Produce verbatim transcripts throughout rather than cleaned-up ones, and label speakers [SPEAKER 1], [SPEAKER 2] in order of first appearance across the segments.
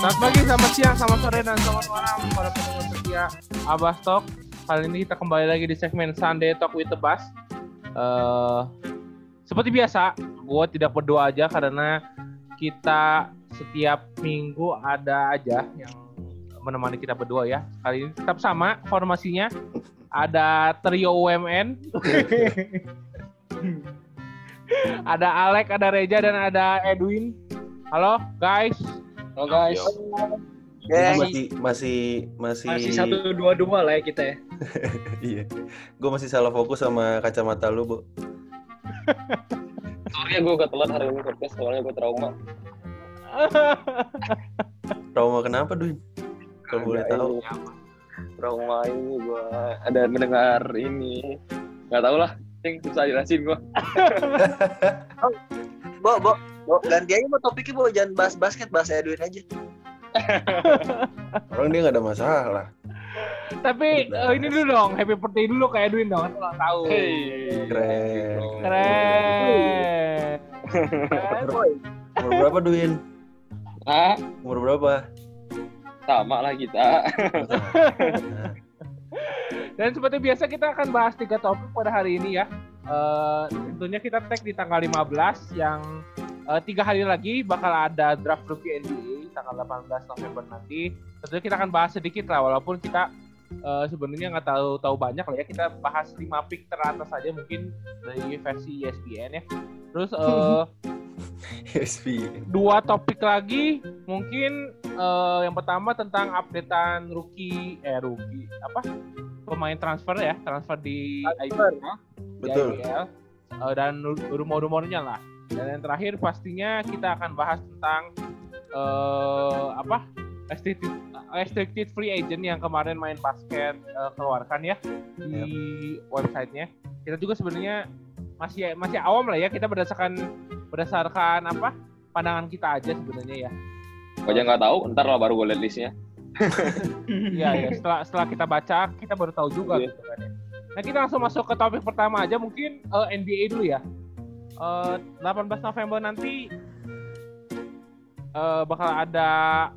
[SPEAKER 1] Selamat pagi, selamat siang, selamat sore, dan selamat malam para pendengar setia Abbas Talk. Kali ini kita kembali lagi di segmen Sunday Talk with the Bass. Uh, seperti biasa, gue tidak berdoa aja karena kita setiap minggu ada aja yang menemani kita berdua ya. Kali ini tetap sama formasinya. Ada trio U M N. Ada Alek, ada Reja, dan ada Edwin. Halo guys.
[SPEAKER 2] Halo guys.
[SPEAKER 3] Ya, masih masih masih
[SPEAKER 2] masih satu dua dua lah ya kita ya.
[SPEAKER 3] Iya. Gue masih salah fokus sama kacamata lu, Bu.
[SPEAKER 2] Sorry ya gue gak telat hari ini podcast soalnya gue trauma.
[SPEAKER 3] Trauma kenapa, Duin? Kalau boleh tahu.
[SPEAKER 2] Trauma ini gue ada mendengar ini. Gak tau lah, yang susah jelasin gue.
[SPEAKER 4] Oh, Bo, Bo, Bo, ganti aja Bo topiknya Bo, jangan bahas basket, bahas Edwin aja.
[SPEAKER 3] Orang dia nggak ada masalah.
[SPEAKER 1] Tapi uh, ini dulu dong, happy birthday dulu ke Edwin dong, kan ulang tahun.
[SPEAKER 2] Hey,
[SPEAKER 3] Keren.
[SPEAKER 1] Keren.
[SPEAKER 4] Keren.
[SPEAKER 3] Umur berapa, Duin?
[SPEAKER 2] Ah,
[SPEAKER 3] Umur berapa?
[SPEAKER 2] sama lah kita.
[SPEAKER 1] Dan seperti biasa kita akan bahas tiga topik pada hari ini ya. Uh, tentunya kita tag di tanggal lima belas yang uh, tiga hari lagi bakal ada draft rookie N B A tanggal delapan belas November nanti. Tentunya kita akan bahas sedikit lah, walaupun kita uh, sebenarnya nggak tahu tahu banyak lah ya. Kita bahas lima pick teratas saja mungkin dari versi E S P N ya. Terus uh,
[SPEAKER 3] E S P N.
[SPEAKER 1] dua topik lagi mungkin uh, yang pertama tentang updatean rookie eh rookie apa pemain transfer ya, transfer di I B L.
[SPEAKER 3] Betul.
[SPEAKER 1] I B L, uh, dan rumor-rumornya lah. Dan yang terakhir pastinya kita akan bahas tentang uh, apa restricted, restricted free agent yang kemarin main basket uh, keluarkan ya di yep. websitenya. Kita juga sebenarnya masih masih awam lah ya, kita berdasarkan berdasarkan apa pandangan kita aja sebenarnya ya.
[SPEAKER 2] Gue aja nggak tahu, ntar lah baru gue liat listnya.
[SPEAKER 1] Iya ya, setelah setelah kita baca kita baru tahu juga yeah. gitu kan ya. Nah kita langsung masuk ke topik pertama aja, mungkin uh, N B A dulu ya. Uh, delapan belas November nanti uh, bakal ada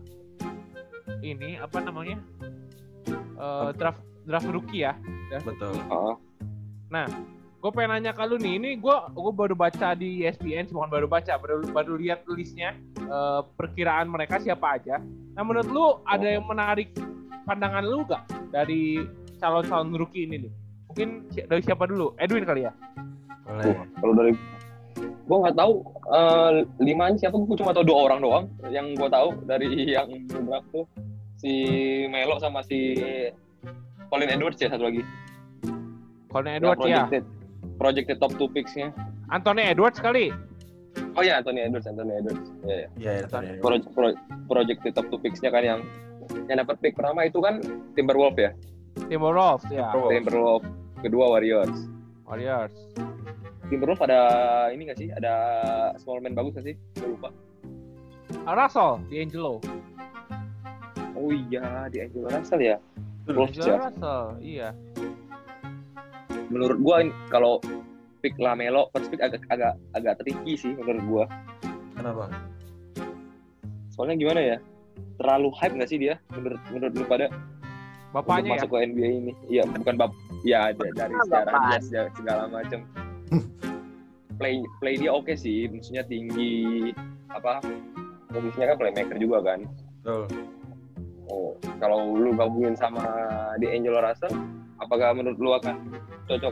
[SPEAKER 1] ini apa namanya uh, draft draft rookie ya. Draft
[SPEAKER 3] Betul.
[SPEAKER 1] Rookie.
[SPEAKER 2] Oh.
[SPEAKER 1] Nah, gue pengen nanya ke lu nih, ini gue gue baru baca di E S P N, bukan baru baca, baru baru lihat listnya uh, perkiraan mereka siapa aja. Nah menurut lu ada yang menarik pandangan lu gak dari calon-calon rookie ini nih? Mungkin dari siapa dulu? Edwin kali ya?
[SPEAKER 3] Boleh.
[SPEAKER 2] Kalau dari gue nggak tahu uh, limaan siapa, gue cuma tahu dua orang doang yang gue tahu dari yang berapa tuh, si Melo sama si Colin Edwards ya, satu lagi.
[SPEAKER 1] Colin Edwards ya.
[SPEAKER 2] Projected, projected top two picks-nya.
[SPEAKER 1] Anthony Edwards kali.
[SPEAKER 2] Oh ya, Anthony Edwards, Anthony Edwards. Iya,
[SPEAKER 3] Iya, ya, ya.
[SPEAKER 2] Pro, pro, projected top two picks-nya kan yang yang dapat pick pertama itu kan Timberwolves ya.
[SPEAKER 1] Timberwolves ya.
[SPEAKER 2] Timberwolves. Kedua Warriors.
[SPEAKER 1] Warriors.
[SPEAKER 2] Timberwolves ada ini nggak sih? Ada small man bagus nggak sih? Gue lupa.
[SPEAKER 1] Russell, D'Angelo.
[SPEAKER 2] Oh iya, D'Angelo Russell ya. Wolves
[SPEAKER 1] D'Angelo
[SPEAKER 2] ya.
[SPEAKER 1] Russell, iya.
[SPEAKER 2] Menurut gua kalau pick Lamelo first pick agak agak agak tricky sih menurut gua.
[SPEAKER 3] Kenapa?
[SPEAKER 2] Soalnya gimana ya? Terlalu hype nggak sih dia? Menurut menurut lu pada?
[SPEAKER 1] Bapaknya
[SPEAKER 2] masuk
[SPEAKER 1] ya?
[SPEAKER 2] ke N B A ini. Iya, bukan bab. Ya ada dari sejarah dia segala macam. play play dia oke okay sih, maksudnya tinggi, apa? Posisinya kan playmaker juga kan.
[SPEAKER 3] Betul.
[SPEAKER 2] Oh, kalau lu gabungin sama D'Angelo Russell, apakah menurut lu akan cocok?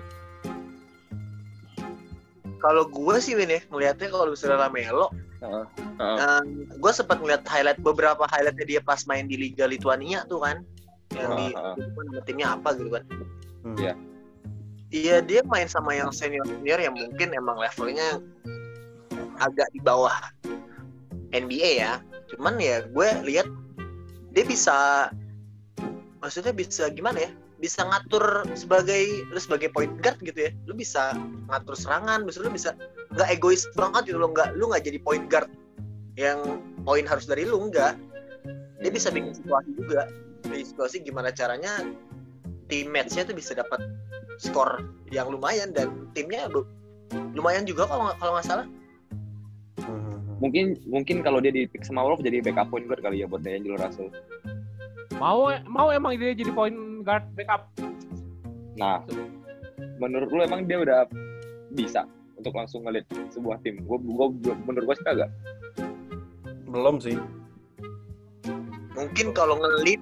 [SPEAKER 4] Kalau gue sih Win ya, ngelihatnya kalau misalnya Lamelo,
[SPEAKER 2] Uh, uh.
[SPEAKER 4] um, gue sempat ngeliat highlight beberapa highlightnya dia pas main di Liga Lituania tuh kan, yang
[SPEAKER 2] Uh,
[SPEAKER 4] di
[SPEAKER 2] uh.
[SPEAKER 4] nama timnya apa gitu kan.
[SPEAKER 3] Hmm.
[SPEAKER 2] Iya.
[SPEAKER 4] Iya, dia main sama yang senior senior yang mungkin emang levelnya agak di bawah N B A ya. Cuman ya gue lihat dia bisa, maksudnya bisa gimana ya? Bisa ngatur sebagai lu sebagai point guard gitu ya. Lu bisa ngatur serangan, maksudnya lu bisa nggak egois banget gitu, lu nggak lu nggak jadi point guard yang poin harus dari lu, enggak. Dia bisa bikin situasi juga. Di situasi gimana caranya teammates-nya tuh bisa dapat skor yang lumayan dan timnya lumayan juga kalau kalau nggak salah.
[SPEAKER 3] Hmm.
[SPEAKER 2] Mungkin mungkin kalau dia di pick sama Wolves jadi backup point guard kali ya buat D'Angelo Russell.
[SPEAKER 1] Mau mau emang dia jadi point guard backup.
[SPEAKER 2] Nah, menurut lu emang dia udah bisa untuk langsung ngelit sebuah tim? Gue gue menurut gue sih kagak.
[SPEAKER 3] Belum sih.
[SPEAKER 4] Mungkin kalau ngelit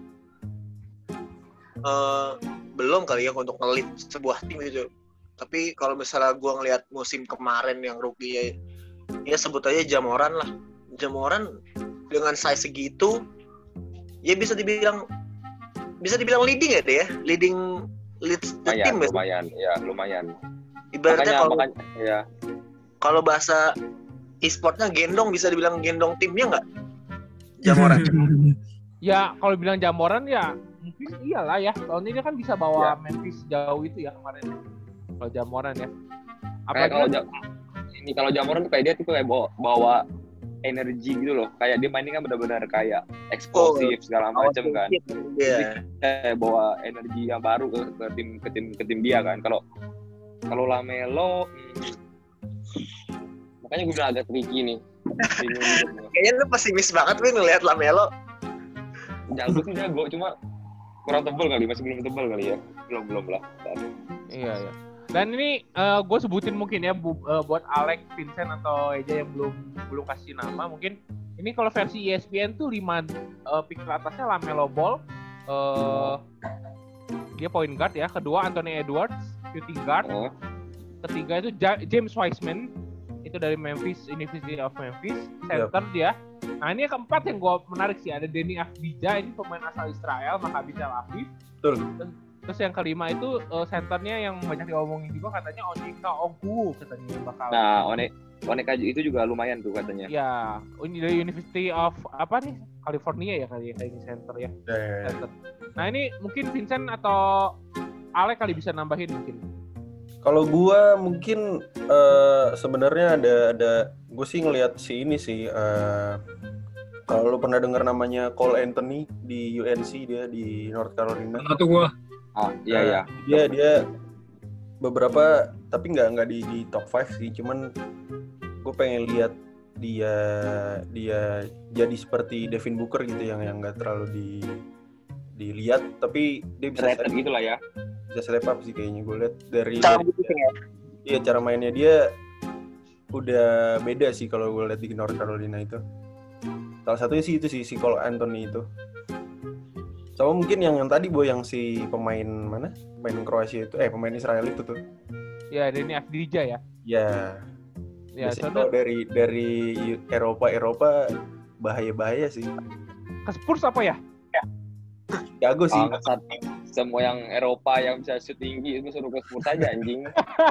[SPEAKER 4] uh, belum kali ya untuk ngelit sebuah tim gitu. Tapi kalau misalnya gue ngelihat musim kemarin yang rookie ya, ya sebut aja Jamoran lah. Jamoran dengan size segitu, ya bisa dibilang bisa dibilang leading ya deh ya, leading lead the
[SPEAKER 2] Lumayan,
[SPEAKER 4] team ya.
[SPEAKER 2] lumayan, ya lumayan.
[SPEAKER 4] Ibaratnya
[SPEAKER 2] Makanya,
[SPEAKER 4] kalau
[SPEAKER 2] makanya, ya.
[SPEAKER 4] kalau bahasa e-sportnya gendong, bisa dibilang gendong timnya nggak? Jamoran.
[SPEAKER 1] Ya kalau bilang Jamoran ya mungkin iyalah ya. Tahun ini kan bisa bawa
[SPEAKER 2] Ya.
[SPEAKER 1] Memphis jauh itu ya kemarin. Kalau Jamoran ya.
[SPEAKER 2] Kayak
[SPEAKER 1] Apalagi
[SPEAKER 2] kalau
[SPEAKER 1] kan-
[SPEAKER 2] Ja- ini kalau Jamoran tuh kayak dia tuh kayak bawa, bawa energi gitu loh. Kayak dia mainnya kan benar-benar kayak eksplosif segala macam kan.
[SPEAKER 4] Iya.
[SPEAKER 2] Kayak bawa energi yang baru ke, ke tim ke tim ke tim dia kan. Kalau kalau Lamelo hmm, makanya gue bilang agak tricky nih. Bingung juga gua.
[SPEAKER 4] Kayaknya lu pesimis banget Win ngelihat Lamelo.
[SPEAKER 2] Jago sih jago, cuma kurang tebel kali, masih belum tebel kali ya. Belum belum lah.
[SPEAKER 1] Iya ya. Dan ini gue sebutin mungkin ya bu, uh, buat Alex, Vincent atau Eja yang belum belum kasih nama mungkin. Ini kalau versi E S P N tuh lima uh, pick teratasnya Lamelo Ball, uh, dia point guard ya. Kedua Anthony Edwards, shooting guard.
[SPEAKER 2] Oh.
[SPEAKER 1] Ketiga itu Ja- James Wiseman, itu dari Memphis, University of Memphis, center dia. Nah ini yang keempat yang gue menarik sih, ada Deni Avdija, ini pemain asal Israel, Maccabi Tel Aviv.
[SPEAKER 3] Betul.
[SPEAKER 1] Terus yang kelima itu uh, centernya yang banyak diomongin juga katanya Onyeka Okwu katanya bakal.
[SPEAKER 2] Nah, One Oneka itu juga lumayan tuh katanya.
[SPEAKER 1] Ya, ini dari University of apa nih? California ya kali ya, kayak ini center ya.
[SPEAKER 3] Ya, ya, ya.
[SPEAKER 1] Center. Nah ini mungkin Vincent atau Alek kali bisa nambahin mungkin.
[SPEAKER 3] Kalau gua mungkin eh, sebenarnya ada ada gue sih ngelihat si ini sih eh, kalau lu pernah dengar namanya Cole Anthony di U N C, dia di North Carolina.
[SPEAKER 5] Mana tuh gua?
[SPEAKER 2] Ah, iya iya.
[SPEAKER 3] Dia dia beberapa tapi nggak nggak di di top lima sih, cuman gue pengen lihat dia dia jadi seperti Devin Booker gitu yang yang nggak terlalu di dilihat tapi dia bisa
[SPEAKER 2] Rated gitu lah ya.
[SPEAKER 3] bisa step up sih kayaknya. Gue lihat dari,
[SPEAKER 4] Cara
[SPEAKER 3] dari
[SPEAKER 4] gitu ya.
[SPEAKER 3] iya cara mainnya dia udah beda sih kalau gue lihat di North Carolina itu. Salah satunya sih itu sih si Cole Anthony itu. Sama mungkin yang yang tadi boy yang si pemain mana? Pemain Kroasia itu, eh pemain Israel itu tuh.
[SPEAKER 1] Ya, Deni Avdija ya.
[SPEAKER 3] Ya.
[SPEAKER 1] Ya,
[SPEAKER 3] Biasanya
[SPEAKER 1] soalnya
[SPEAKER 3] kalau dari dari Eropa Eropa bahaya bahaya sih.
[SPEAKER 1] ke Spurs apa ya?
[SPEAKER 3] Jago sih.
[SPEAKER 2] Bangsat. Semua yang Eropa yang bisa shoot tinggi itu suruh ke Spurs aja anjing.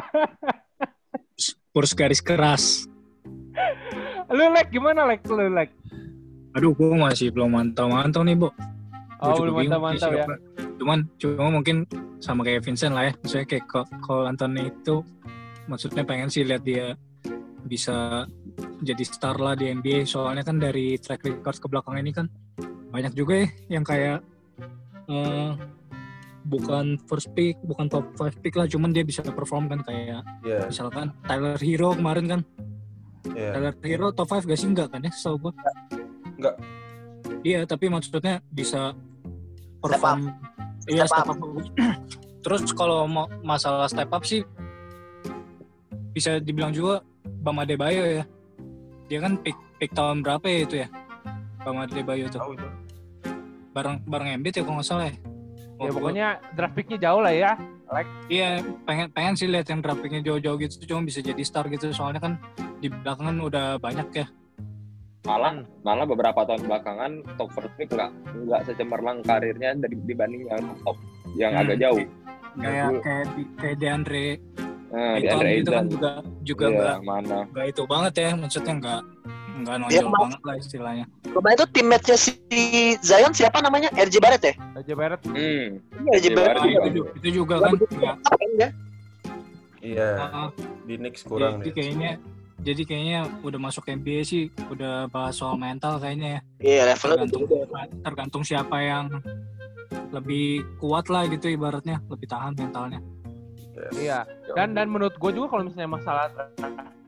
[SPEAKER 5] Spurs garis keras.
[SPEAKER 1] Lu Lek gimana Lek? Lu Lek?
[SPEAKER 5] Aduh, gua masih belum mantau-mantau nih, Bo.
[SPEAKER 1] Oh,
[SPEAKER 5] Gua juga
[SPEAKER 1] belum
[SPEAKER 5] bingung
[SPEAKER 1] mantap-mantap
[SPEAKER 5] sih
[SPEAKER 1] ya.
[SPEAKER 5] siapa. Cuman, cuma mungkin sama kayak Vincent lah ya. Maksudnya kayak Cole Anthony itu, maksudnya pengen sih lihat dia bisa jadi star lah di N B A. Soalnya kan dari track record ke belakang ini kan banyak juga ya yang kayak uh, bukan first pick, bukan top lima pick lah, cuman dia bisa perform kan kayak
[SPEAKER 3] Iya,
[SPEAKER 5] misalkan Tyler Hero kemarin kan.
[SPEAKER 3] iya.
[SPEAKER 5] Tyler Hero top lima gak sih? Enggak kan ya, setahu gua.
[SPEAKER 3] Enggak.
[SPEAKER 5] Iya, tapi maksudnya bisa perform. Iya,
[SPEAKER 4] Step
[SPEAKER 5] step up. Terus kalau mau masalah step up sih bisa dibilang juga Bam Adebayo ya. Dia kan pick pick tahun berapa ya itu ya? Bam Adebayo tuh.
[SPEAKER 3] Tahu itu.
[SPEAKER 5] Bareng bareng Embiid ya kalau nggak salah ya.
[SPEAKER 1] Ya pokoknya draft pick-nya jauh lah ya. Lek.
[SPEAKER 5] Iya, pengen pengen sih lihat yang draft picknya jauh-jauh gitu, cuma bisa jadi star gitu. Soalnya kan di belakangan udah banyak ya.
[SPEAKER 2] Malah malah beberapa tahun belakangan top first pick nggak nggak secemerlang karirnya dari dibanding yang top yang
[SPEAKER 5] Hmm.
[SPEAKER 2] agak jauh.
[SPEAKER 5] Kayak kayak kayak DeAndre
[SPEAKER 2] Nah, di
[SPEAKER 5] Ayton
[SPEAKER 2] Andre
[SPEAKER 5] gitu kan
[SPEAKER 2] Ayton.
[SPEAKER 5] juga juga
[SPEAKER 2] Iya,
[SPEAKER 5] nggak
[SPEAKER 2] mana?
[SPEAKER 5] nggak itu banget ya, maksudnya nggak nggak nonjol
[SPEAKER 4] Ya, Mas.
[SPEAKER 5] banget lah istilahnya.
[SPEAKER 4] Kemarin itu teammate-nya si Zion siapa namanya? R J Barrett ya?
[SPEAKER 1] Aja Barrett.
[SPEAKER 2] Hmm.
[SPEAKER 4] Iya, R J
[SPEAKER 2] R J
[SPEAKER 4] Barrett.
[SPEAKER 2] Barrett
[SPEAKER 5] Nah,
[SPEAKER 2] juga.
[SPEAKER 5] itu, ju- itu juga
[SPEAKER 4] Nggak
[SPEAKER 5] kan
[SPEAKER 4] begitu
[SPEAKER 5] nggak.
[SPEAKER 4] up kan dia?
[SPEAKER 3] Iya,
[SPEAKER 5] uh,
[SPEAKER 3] di Knicks kurang
[SPEAKER 5] jadi
[SPEAKER 3] deh.
[SPEAKER 5] kayaknya jadi kayaknya udah masuk N B A sih, udah bahas soal mental kayaknya ya.
[SPEAKER 4] Iya, levelnya
[SPEAKER 5] Tergantung
[SPEAKER 4] beda.
[SPEAKER 5] tergantung siapa yang lebih kuat lah gitu ibaratnya, lebih tahan mentalnya.
[SPEAKER 3] Yes.
[SPEAKER 1] Iya. Dan dan menurut gue juga kalau misalnya masalah draft pick,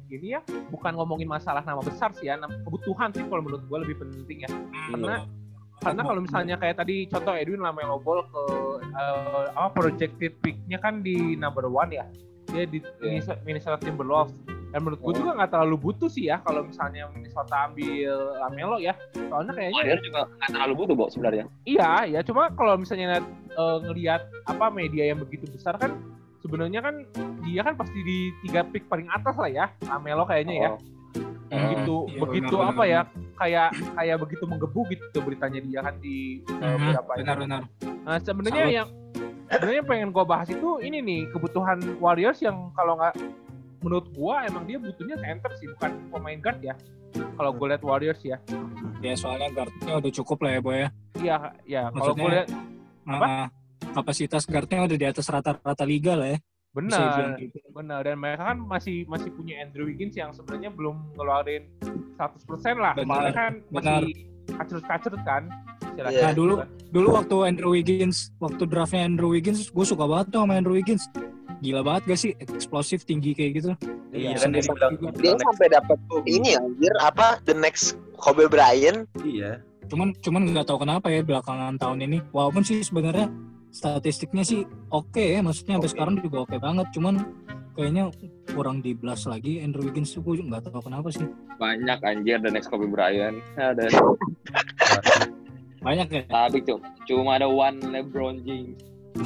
[SPEAKER 1] gini ya, bukan ngomongin masalah nama besar sih ya, kebutuhan sih kalau menurut gue lebih penting ya. Karena karena kalau misalnya kayak tadi contoh Edwin Lamelo Ball ke uh, apa projected pick-nya kan di number one ya, dia di yeah. Minnesota Timberwolves. Dan menurut gue juga nggak terlalu butuh sih ya kalau misalnya Minnesota ambil Lamelo ya, soalnya kayaknya
[SPEAKER 2] Warriors juga nggak terlalu butuh Bo sebenarnya.
[SPEAKER 1] Iya ya, cuma kalau misalnya uh, ngelihat apa media yang begitu besar kan sebenarnya kan dia kan pasti di tiga pick paling atas lah ya Lamelo kayaknya ya.
[SPEAKER 5] Oh.
[SPEAKER 1] begitu
[SPEAKER 5] Hmm, iya,
[SPEAKER 1] begitu
[SPEAKER 5] benar,
[SPEAKER 1] apa
[SPEAKER 5] benar.
[SPEAKER 1] ya kayak kayak begitu menggebu gitu beritanya dia kan di uh,
[SPEAKER 5] Hmm,
[SPEAKER 1] beberapa
[SPEAKER 5] benar-benar.
[SPEAKER 1] Nah sebenarnya
[SPEAKER 5] Salut.
[SPEAKER 1] yang sebenarnya pengen gue bahas itu ini nih kebutuhan Warriors yang kalau nggak menurut gue emang dia butuhnya center sih bukan pemain guard ya kalau gue lihat Warriors ya.
[SPEAKER 5] Ya soalnya guardnya udah cukup lah ya Boy ya.
[SPEAKER 1] Iya ya kalau gue
[SPEAKER 5] Maksudnya-
[SPEAKER 1] lihat apa?
[SPEAKER 5] Uh, kapasitas guardnya udah di atas rata-rata liga lah ya. Bisa dibilang
[SPEAKER 1] benar
[SPEAKER 5] gitu.
[SPEAKER 1] benar dan mereka kan masih masih punya Andrew Wiggins yang sebenarnya belum ngeluarin seratus persen lah.
[SPEAKER 5] Benar,
[SPEAKER 1] Kemarin kan
[SPEAKER 5] benar.
[SPEAKER 1] masih kacrut-kacrut kan. istilahnya
[SPEAKER 4] Iya.
[SPEAKER 5] Nah dulu
[SPEAKER 1] gitu kan.
[SPEAKER 5] dulu waktu Andrew Wiggins, waktu draftnya Andrew Wiggins, gue suka banget tuh sama Andrew Wiggins. Gila banget gak sih, eksplosif tinggi kayak gitu.
[SPEAKER 3] Iya,
[SPEAKER 5] Bisa
[SPEAKER 3] kan dia
[SPEAKER 5] nembak
[SPEAKER 3] bilang
[SPEAKER 5] juga.
[SPEAKER 4] Dia sampai dapat ini anjir apa the next Kobe Bryant.
[SPEAKER 3] iya.
[SPEAKER 5] Cuman cuman nggak tahu kenapa ya belakangan tahun ini. Walaupun sih sebenarnya statistiknya sih oke ya, maksudnya sampai
[SPEAKER 2] Oke.
[SPEAKER 5] sekarang juga oke banget. Cuman kayaknya kurang di blast lagi Andrew Wiggins tuh, gue nggak tahu kenapa sih.
[SPEAKER 2] Banyak anjir the next Kobe Bryant. Ada.
[SPEAKER 5] Banyak ya.
[SPEAKER 2] Tapi cuma cuma ada one LeBron James.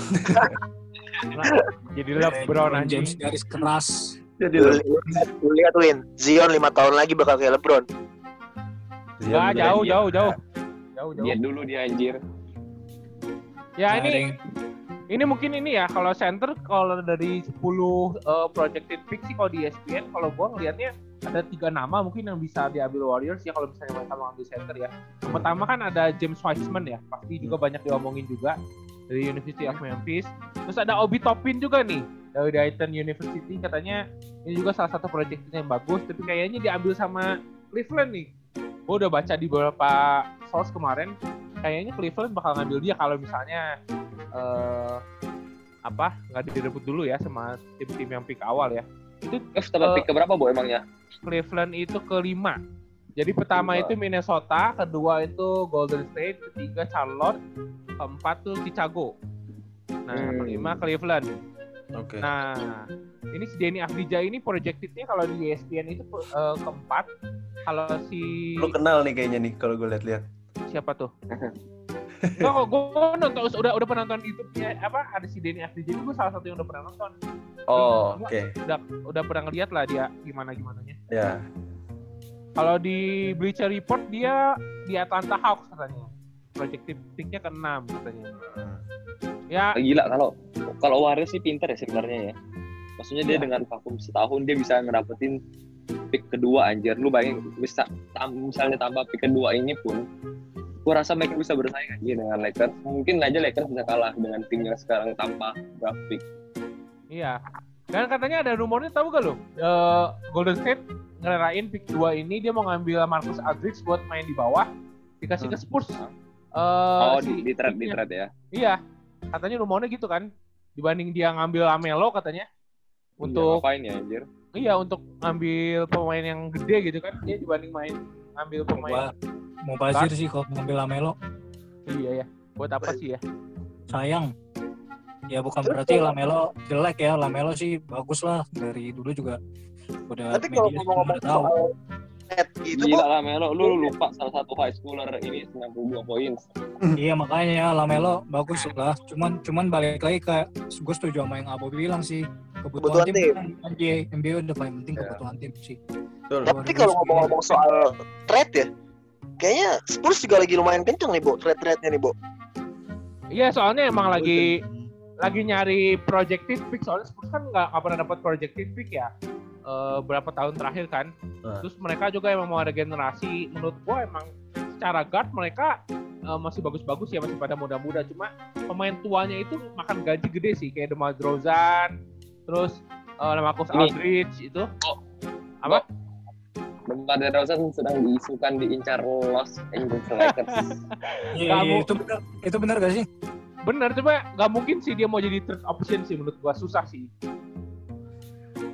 [SPEAKER 1] Jadi LeBron anjing.
[SPEAKER 5] James garis keras.
[SPEAKER 3] Jadi
[SPEAKER 4] Lu
[SPEAKER 3] lo
[SPEAKER 4] lihat, lu lihat Win, Zion lima tahun lagi bakal kayak LeBron.
[SPEAKER 1] Enggak jauh jauh jauh. Jauh jauh.
[SPEAKER 2] Dia dulu dia anjir.
[SPEAKER 1] Ya
[SPEAKER 5] Nah, ada
[SPEAKER 1] ini
[SPEAKER 5] yang-
[SPEAKER 1] ini mungkin ini ya kalau center kalau dari sepuluh uh, projected pick sih kalau di E S P N kalau gua ngelihatnya ada tiga nama mungkin yang bisa diambil Warriors ya kalau misalnya mereka mau ambil center ya. Yang pertama kan ada James Wiseman ya, pasti juga banyak diomongin juga dari University of Memphis. Terus ada Obi Toppin juga nih dari Dayton University, katanya ini juga salah satu projectnya yang bagus, tapi kayaknya diambil sama Cleveland nih. Gue udah baca di beberapa source kemarin, kayaknya Cleveland bakal ngambil dia kalau misalnya eh, apa nggak direbut dulu ya sama tim-tim yang pick awal ya. Itu
[SPEAKER 2] Eh, dapat
[SPEAKER 1] Eh,
[SPEAKER 2] pick keberapa Bo emangnya?
[SPEAKER 1] Cleveland itu kelima. Jadi pertama
[SPEAKER 2] Kelima.
[SPEAKER 1] itu Minnesota, kedua itu Golden State, ketiga Charlotte, keempat tuh Chicago. Nah,
[SPEAKER 2] Hmm.
[SPEAKER 1] kelima Cleveland.
[SPEAKER 3] Oke.
[SPEAKER 1] Nah, ini si Denny Avdija ini projected-nya kalau di E S P N itu eh, keempat. Kalau si
[SPEAKER 3] Lu kenal nih kayaknya nih kalau gue lihat-lihat.
[SPEAKER 1] siapa tuh? Gue gue nonton udah udah pernah nonton YouTube-nya apa ada si Denny Avdija itu gue salah satu yang udah pernah nonton.
[SPEAKER 3] Oh,
[SPEAKER 1] Gua
[SPEAKER 3] oke.
[SPEAKER 1] Udah udah pernah ngeliat lah dia gimana gimananya.
[SPEAKER 3] Ya.
[SPEAKER 1] Kalau di Bleacher Report dia di Atlanta Hawks katanya. Projected pick-nya ke enam katanya. Ya,
[SPEAKER 2] Gila kalau kalau Warriors sih pinter ya sebenarnya ya. Maksudnya dia
[SPEAKER 1] Iya.
[SPEAKER 2] dengan vakum setahun dia bisa ngedapetin pick kedua anjir. Lu bayangin bisa tam, misalnya tambah pick kedua ini pun gua rasa mereka bisa bersaing aja dengan Lakers. Mungkin aja Lakers bisa kalah dengan tim yang sekarang tanpa draft pick.
[SPEAKER 1] iya. Dan katanya ada rumornya tahu gak lo? Eh, Golden State ngererain pick dua ini dia mau ngambil Marcus Aldridge buat main di bawah, dikasih ke Spurs. Eh,
[SPEAKER 2] Oh,
[SPEAKER 1] si
[SPEAKER 2] di, di trade di
[SPEAKER 1] picknya.
[SPEAKER 2] trade ya.
[SPEAKER 1] Iya. Katanya rumornya gitu kan. Dibanding dia ngambil Lamelo katanya.
[SPEAKER 2] Iya,
[SPEAKER 1] Untuk
[SPEAKER 2] ngapain ya anjir?
[SPEAKER 1] iya untuk ngambil pemain yang gede gitu kan. Dia dibanding main ngambil pemain.
[SPEAKER 5] Mau bazir sih kalau ngambil Lamelo.
[SPEAKER 1] Iya ya. Buat apa sih ya?
[SPEAKER 5] Sayang. Ya bukan berarti Lamelo jelek ya. Lamelo sih bagus lah. Dari dulu juga udah
[SPEAKER 4] Tapi kalau
[SPEAKER 5] media
[SPEAKER 4] ngomong-ngomong
[SPEAKER 5] udah tahu.
[SPEAKER 4] soal net gitu,
[SPEAKER 2] Gila
[SPEAKER 4] Bo,
[SPEAKER 2] lah Melo, lu lupa salah satu high schooler ini sembilan puluh dua poin.
[SPEAKER 5] Iya makanya Lamelo bagus lah. Cuman cuman balik lagi ke gue setuju sama yang Abo bilang sih. Kebutuhan,
[SPEAKER 4] Kebutuhan
[SPEAKER 5] tim,
[SPEAKER 4] tim.
[SPEAKER 5] kan N B A N B A udah paling penting
[SPEAKER 3] Ya.
[SPEAKER 5] kebutuhan tim sih.
[SPEAKER 3] Betul.
[SPEAKER 4] tapi kalau ngomong-ngomong soal trade ya, kayaknya Spurs juga lagi lumayan kenceng nih, Bo, trade-trade-nya nih, Bo.
[SPEAKER 1] Iya soalnya emang lagi lagi nyari projected pick, soalnya Spurs kan nggak nggak pernah dapat projected pick ya eh, berapa tahun terakhir kan.
[SPEAKER 3] Nah.
[SPEAKER 1] Terus mereka juga emang mau ada generasi. Menurut gua emang secara guard mereka eh, masih bagus-bagus ya, masih pada muda-muda. Cuma pemain tuanya itu makan gaji gede sih, kayak DeMar DeRozan, terus eh, Marcus
[SPEAKER 2] Ini.
[SPEAKER 1] Aldridge itu.
[SPEAKER 2] Oh.
[SPEAKER 1] Apa?
[SPEAKER 2] DeMar DeRozan sedang diisukan diincar Los Angeles Lakers.
[SPEAKER 5] Iya,
[SPEAKER 1] Kamu-
[SPEAKER 5] iya, itu benar. Itu benar gak sih?
[SPEAKER 1] Bener, coba nggak mungkin sih dia mau jadi third option sih menurut gua, susah sih.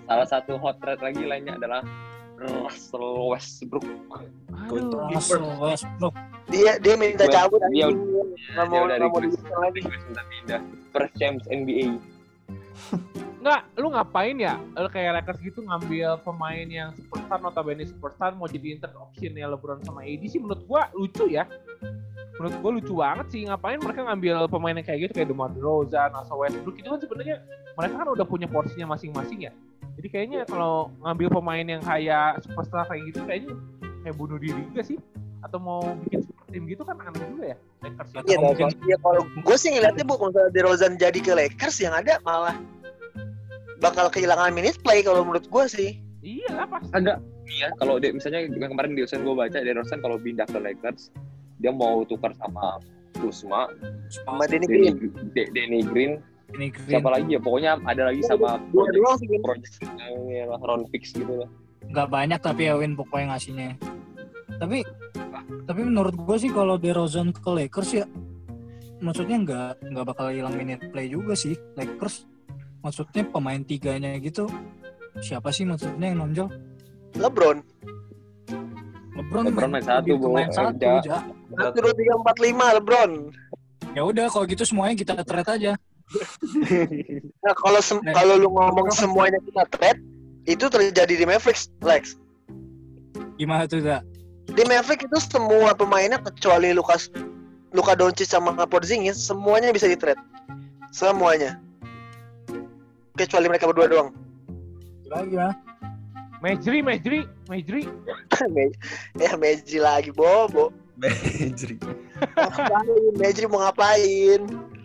[SPEAKER 2] salah satu hot trade lagi lainnya adalah Russell Westbrook.
[SPEAKER 1] Aduh,
[SPEAKER 5] Russell Westbrook.
[SPEAKER 4] Dia dia minta
[SPEAKER 2] Gua-
[SPEAKER 4] cabut
[SPEAKER 2] dia-
[SPEAKER 4] anjing. Nggak mau
[SPEAKER 2] Dia
[SPEAKER 4] nggak mau
[SPEAKER 2] dari
[SPEAKER 4] dibilang lagi.
[SPEAKER 2] minta pindah first champs N B A.
[SPEAKER 1] Nggak, lu ngapain ya? Lu kayak Lakers gitu ngambil pemain yang superstar, notabene superstar mau jadi third option ya LeBron sama A D sih menurut gua lucu ya. Menurut gua lucu banget sih, ngapain mereka ngambil pemain yang kayak gitu kayak DeMar DeRozan, Russell Westbrook itu kan sebenarnya mereka kan udah punya porsinya masing-masing ya. Jadi kayaknya kalau ngambil pemain yang kayak superstar kayak gitu kayaknya kayak bunuh diri juga sih. Atau mau bikin super team gitu kan aneh juga ya Lakers.
[SPEAKER 5] Atau
[SPEAKER 4] Iya,
[SPEAKER 5] mungkin
[SPEAKER 4] ya, kalau gue sih ngeliatnya bu, kalau misalnya DeRozan jadi ke Lakers yang ada malah bakal kehilangan minute play kalau menurut gue sih.
[SPEAKER 1] Iya lah pasti.
[SPEAKER 2] Agak iya kalau dia misalnya yang kemarin di Usain gue baca DeRozan kalau pindah ke Lakers dia mau tukar sama Kuzma,
[SPEAKER 4] Sama Danny
[SPEAKER 2] Danny,
[SPEAKER 4] Green.
[SPEAKER 2] De- Danny Green,
[SPEAKER 5] ini Green.
[SPEAKER 2] siapa lagi ya? Pokoknya ada lagi sama
[SPEAKER 4] Dua
[SPEAKER 2] project
[SPEAKER 4] doang sih. Green.
[SPEAKER 2] project yang lah round picks gitu lah.
[SPEAKER 5] Nggak banyak tapi ya Win pokoknya ngasihnya. Tapi tapi menurut gue sih kalau DeRozan ke Lakers ya maksudnya nggak nggak bakal hilang minute play juga sih Lakers. Maksudnya pemain tiganya gitu siapa sih maksudnya yang nonjol?
[SPEAKER 4] LeBron.
[SPEAKER 5] LeBron,
[SPEAKER 2] LeBron main satu,
[SPEAKER 5] gitu,
[SPEAKER 2] Bu.
[SPEAKER 5] main satu
[SPEAKER 2] Ja.
[SPEAKER 5] aja.
[SPEAKER 4] Satu dua tiga empat lima LeBron.
[SPEAKER 5] Ya udah kalau gitu semuanya kita trade aja.
[SPEAKER 4] Nah, kalau sem-
[SPEAKER 5] Eh.
[SPEAKER 4] kalau lu ngomong semuanya kita trade, itu terjadi di Mavericks, Lex.
[SPEAKER 5] Gimana tuh Za?
[SPEAKER 4] Di Mavericks itu semua pemainnya kecuali Lukas Luka Doncic sama Porzingis semuanya bisa di trade. Semuanya. Kecuali mereka berdua doang.
[SPEAKER 5] Lagi ya.
[SPEAKER 1] Majri, Majri, Majri.
[SPEAKER 4] Ya Mejri lagi bobo.
[SPEAKER 3] Majri.
[SPEAKER 4] Ngapain? Mejri mau ngapain?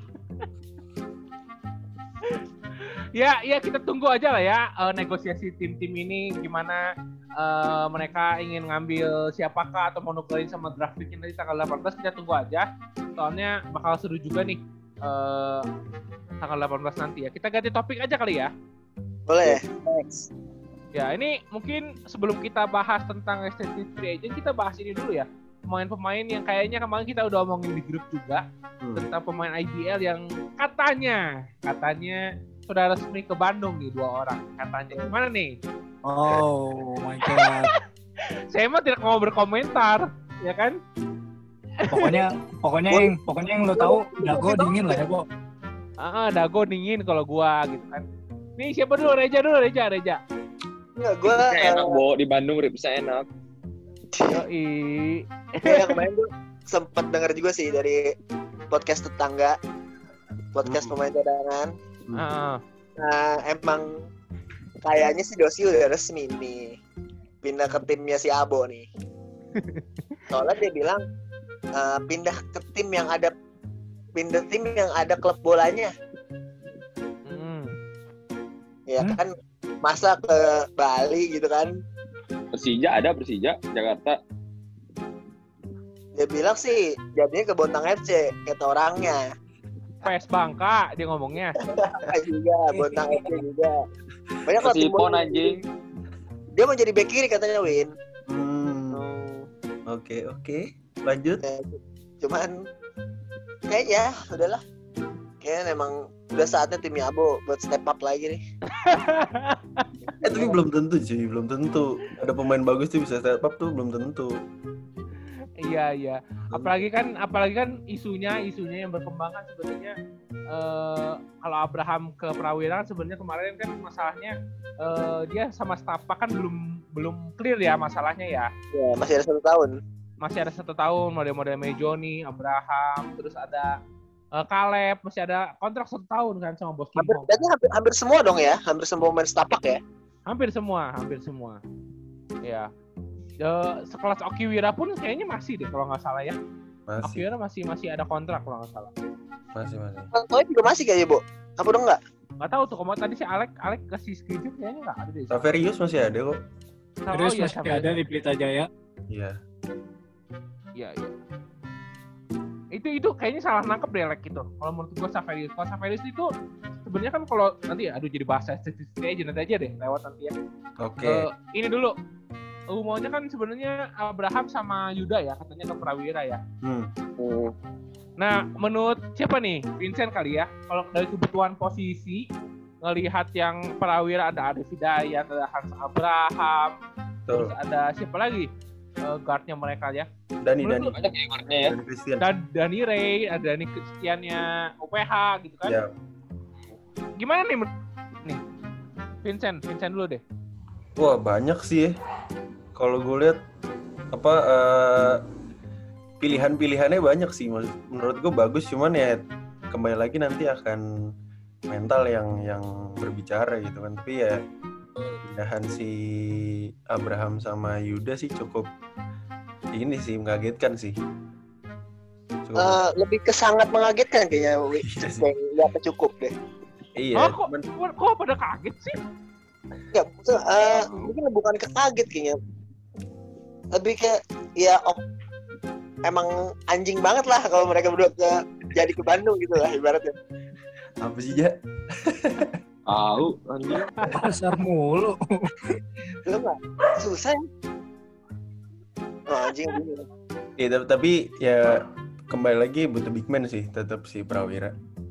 [SPEAKER 1] Ya, ya kita tunggu aja lah ya eh, negosiasi tim-tim ini gimana eh, mereka ingin ngambil siapakah atau mau nukerin sama draft pick nanti tanggal delapan belas kita tunggu aja. Soalnya bakal seru juga nih eh, tanggal delapan belas nanti ya. Kita ganti topik aja kali ya.
[SPEAKER 4] Boleh. Next.
[SPEAKER 1] Ya, ini mungkin sebelum kita bahas tentang restricted free agent kita bahas ini dulu ya. Pemain-pemain yang kayaknya kemarin kita udah omongin di grup juga
[SPEAKER 3] Hmm.
[SPEAKER 1] tentang pemain I B L yang katanya katanya sudah resmi ke Bandung nih dua orang katanya. Gimana nih?
[SPEAKER 5] Oh my god.
[SPEAKER 1] Saya mah tidak mau berkomentar, ya kan?
[SPEAKER 5] Pokoknya pokoknya yang pokoknya yang lo tahu Dago dingin lah ya, Bo.
[SPEAKER 1] Ah, Dago dingin kalau gua gitu kan. Nih siapa dulu? Reja dulu, Reja, Reja.
[SPEAKER 4] Enggak, gue
[SPEAKER 2] Bisa enak, Bo. Di Bandung bisa enak.
[SPEAKER 1] Yoi.
[SPEAKER 4] ya, kemarin gue sempet denger juga sih dari podcast tetangga, podcast
[SPEAKER 3] Hmm.
[SPEAKER 4] pemain cadangan.
[SPEAKER 1] Ah,
[SPEAKER 4] Nah, emang kayaknya si Dosi udah resmi nih pindah ke timnya si Abo nih. Soalnya dia bilang eh, pindah ke tim yang ada pindah tim yang ada klub bolanya.
[SPEAKER 1] mm.
[SPEAKER 4] Ya
[SPEAKER 5] Hmm.
[SPEAKER 4] kan, masa ke Bali gitu kan.
[SPEAKER 2] Persija ada Persija Jakarta.
[SPEAKER 4] Dia bilang sih jadinya ke Bontang F C kata orangnya.
[SPEAKER 1] P S Bangka dia ngomongnya.
[SPEAKER 4] Juga Bontang F C juga. Banyak lah tim
[SPEAKER 2] Persipon
[SPEAKER 4] bola.
[SPEAKER 2] anjing.
[SPEAKER 4] Dia mau jadi bek kiri katanya, Win.
[SPEAKER 3] Hmm. Oke, oke. Lanjut.
[SPEAKER 4] Ya, cuman kayaknya udahlah. Kayaknya emang udah saatnya timnya Abo buat step up lagi nih.
[SPEAKER 3] Eh tapi belum tentu cuy, belum tentu. Ada pemain bagus tuh bisa step up tuh belum tentu.
[SPEAKER 1] Iya, iya. Apalagi kan apalagi kan isunya isunya yang berkembang kan sebenarnya eh, kalau Abraham ke Prawira kan sebenarnya kemarin kan masalahnya eh, dia sama Setapak kan belum belum clear ya masalahnya ya.
[SPEAKER 4] Ya, masih ada satu tahun.
[SPEAKER 1] Masih ada satu tahun model-model Mejoni, Abraham, terus ada eh, Caleb, masih ada kontrak satu tahun kan sama Bos
[SPEAKER 4] Hampir,
[SPEAKER 1] Kimpong.
[SPEAKER 4] berarti hampir, hampir semua dong ya, hampir semua pemain setapak ya.
[SPEAKER 1] Hampir semua, hampir semua. Ya. Eh, sekelas Okiwira pun kayaknya masih deh kalau nggak salah ya.
[SPEAKER 3] Masih,
[SPEAKER 1] Okiwira masih masih ada kontrak kalau nggak salah.
[SPEAKER 3] masih, masih.
[SPEAKER 4] Toy juga masih kayaknya, Bu. Apa dong enggak?
[SPEAKER 1] Nggak tahu tuh kemarin tadi si Alek Alek kasih screenshot kayaknya nggak ada deh.
[SPEAKER 3] Saverius masih ada kok.
[SPEAKER 1] Sama-
[SPEAKER 5] Terus
[SPEAKER 1] oh, iya,
[SPEAKER 5] masih
[SPEAKER 1] sama-
[SPEAKER 5] ada di Pelita Jaya.
[SPEAKER 3] Iya.
[SPEAKER 1] Iya, iya. Itu itu kayaknya salah nangkep deh Alek itu. Kalau menurut gua Saverius, kalau Saverius itu sebenarnya kan kalau nanti aduh jadi bahasa statistik aja nanti aja deh lewat nanti ya.
[SPEAKER 3] Oke.
[SPEAKER 1] Eh, ini dulu. Rumornya kan sebenarnya Abraham sama Yuda ya katanya ke Prawira ya.
[SPEAKER 3] Hmm.
[SPEAKER 2] Hmm.
[SPEAKER 1] Nah, menurut siapa nih? Vincent kali ya. Kalau dari kebutuhan posisi ngelihat yang Prawira ada Arif Hidayat, ada Hans Abraham,
[SPEAKER 3] Betul.
[SPEAKER 1] terus ada siapa lagi uh, guardnya mereka ya?
[SPEAKER 3] Dani
[SPEAKER 1] Menurut
[SPEAKER 3] Dani
[SPEAKER 1] lu-
[SPEAKER 2] Banyak ya guardnya ya.
[SPEAKER 3] Dani Christian.
[SPEAKER 1] Dan Dani Ray, ada Dani Christiannya U P H gitu kan?
[SPEAKER 3] Ya,
[SPEAKER 1] Gimana nih, menurut- nih Vincent, Vincent dulu deh.
[SPEAKER 3] wah banyak sih ya. Kalau gue lihat apa eh, pilihan-pilihannya banyak sih. Maksud- Menurut gue bagus, cuman ya kembali lagi nanti akan mental yang yang berbicara gitu kan. Tapi ya pindahan si Abraham sama Yuda sih cukup ini sih mengagetkan sih. Cukup,
[SPEAKER 4] Eh, lebih ke sangat mengagetkan kayaknya. Wi.
[SPEAKER 3] Iya sih.
[SPEAKER 4] Kayak nggak cukup deh.
[SPEAKER 3] iya,
[SPEAKER 1] Oh, kok,
[SPEAKER 3] cuman
[SPEAKER 1] kok, kok pada kaget sih?
[SPEAKER 4] Nggak, maksudnya, eh, mungkin bukan ke kaget kayaknya. Lebih ke ya op, emang anjing banget lah kalau mereka berdua ke, jadi ke Bandung gitu lah ibaratnya.
[SPEAKER 3] apa sih ya?
[SPEAKER 2] Tahu anjing.
[SPEAKER 5] Pasar mulu.
[SPEAKER 4] Lu nggak susah ya? Oh, anjing gini.
[SPEAKER 3] Iya, tapi, tapi ya kembali lagi butuh big man sih, tetap si Prawira.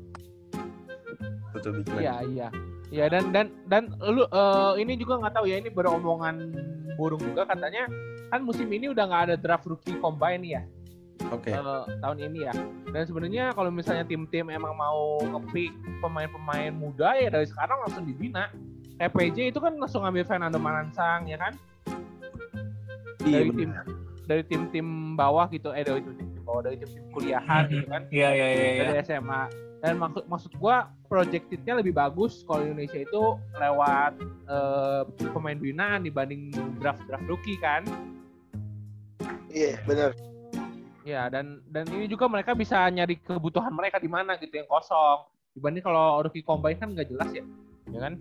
[SPEAKER 3] Butuh big man.
[SPEAKER 1] Iya, iya. Ya dan dan dan lu eh, ini juga nggak tahu ya, ini beromongan burung juga katanya kan musim ini udah nggak ada draft rookie combine nih ya.
[SPEAKER 3] Oke.
[SPEAKER 1] eh, tahun ini ya. Dan sebenarnya kalau misalnya tim-tim emang mau nge-pick pemain-pemain muda ya dari sekarang langsung dibina. Kayak P J itu kan langsung ngambil Fernando Manansang ya kan?
[SPEAKER 3] Iya
[SPEAKER 1] Dari tim
[SPEAKER 3] benar.
[SPEAKER 1] dari tim-tim bawah gitu, eh dari tim-tim bawah dari tim-tim kuliahan gitu kan.
[SPEAKER 5] Iya iya iya. iya.
[SPEAKER 1] Dari S M A. Dan maksud maksud gua projected-nya lebih bagus kalau Indonesia itu lewat eh, pemain binaan dibanding draft-draft rookie kan.
[SPEAKER 4] Iya benar.
[SPEAKER 1] Ya, dan dan ini juga mereka bisa nyari kebutuhan mereka di mana gitu yang kosong. Dibanding kalau rookie combine kan nggak jelas ya. Ya kan?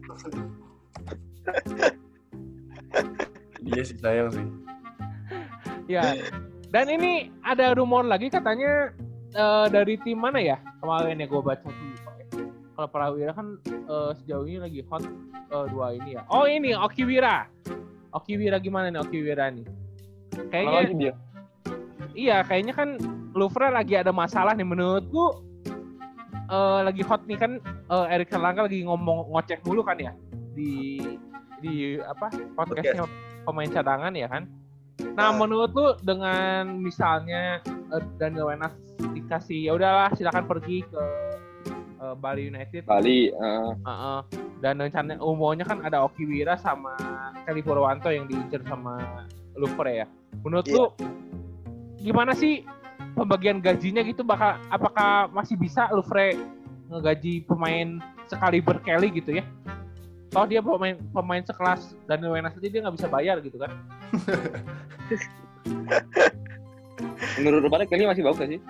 [SPEAKER 3] Iya sih, sayang sih.
[SPEAKER 1] Ya. Dan ini ada rumor lagi katanya eh, dari tim mana ya? Kemarin ya gue baca tuh. Kalau Prawira kan eh, sejauh ini lagi hot eh, dua ini ya. Oh, ini Okiwira. Okiwira gimana nih Okiwira nih?
[SPEAKER 2] Mana
[SPEAKER 1] Kayaknya
[SPEAKER 2] lagi dia?
[SPEAKER 1] iya, kayaknya kan Louvre lagi ada masalah nih menurutku. Eh, lagi hot nih kan eh, Erik Erlangga lagi ngomong ngocek mulu kan ya di di apa podcastnya pemain cadangan ya kan. Nah, menurut lu dengan misalnya eh, Daniel Wenas dikasih ya udahlah silakan pergi ke eh, Bali United.
[SPEAKER 2] Bali. eh,
[SPEAKER 1] Heeh. Dan rencana umumnya kan ada Okiwira sama Kelly Purwanto yang diincar sama Louvre ya. Menurut
[SPEAKER 4] Iya.
[SPEAKER 1] lu gimana sih pembagian gajinya gitu, bakal apakah masih bisa Louvre ngegaji pemain sekaliber Kelly gitu ya? Toh dia pemain pemain sekelas Daniel Wenas aja dia nggak bisa bayar gitu kan?
[SPEAKER 2] menurut lu pada Kelly masih bagus gak sih?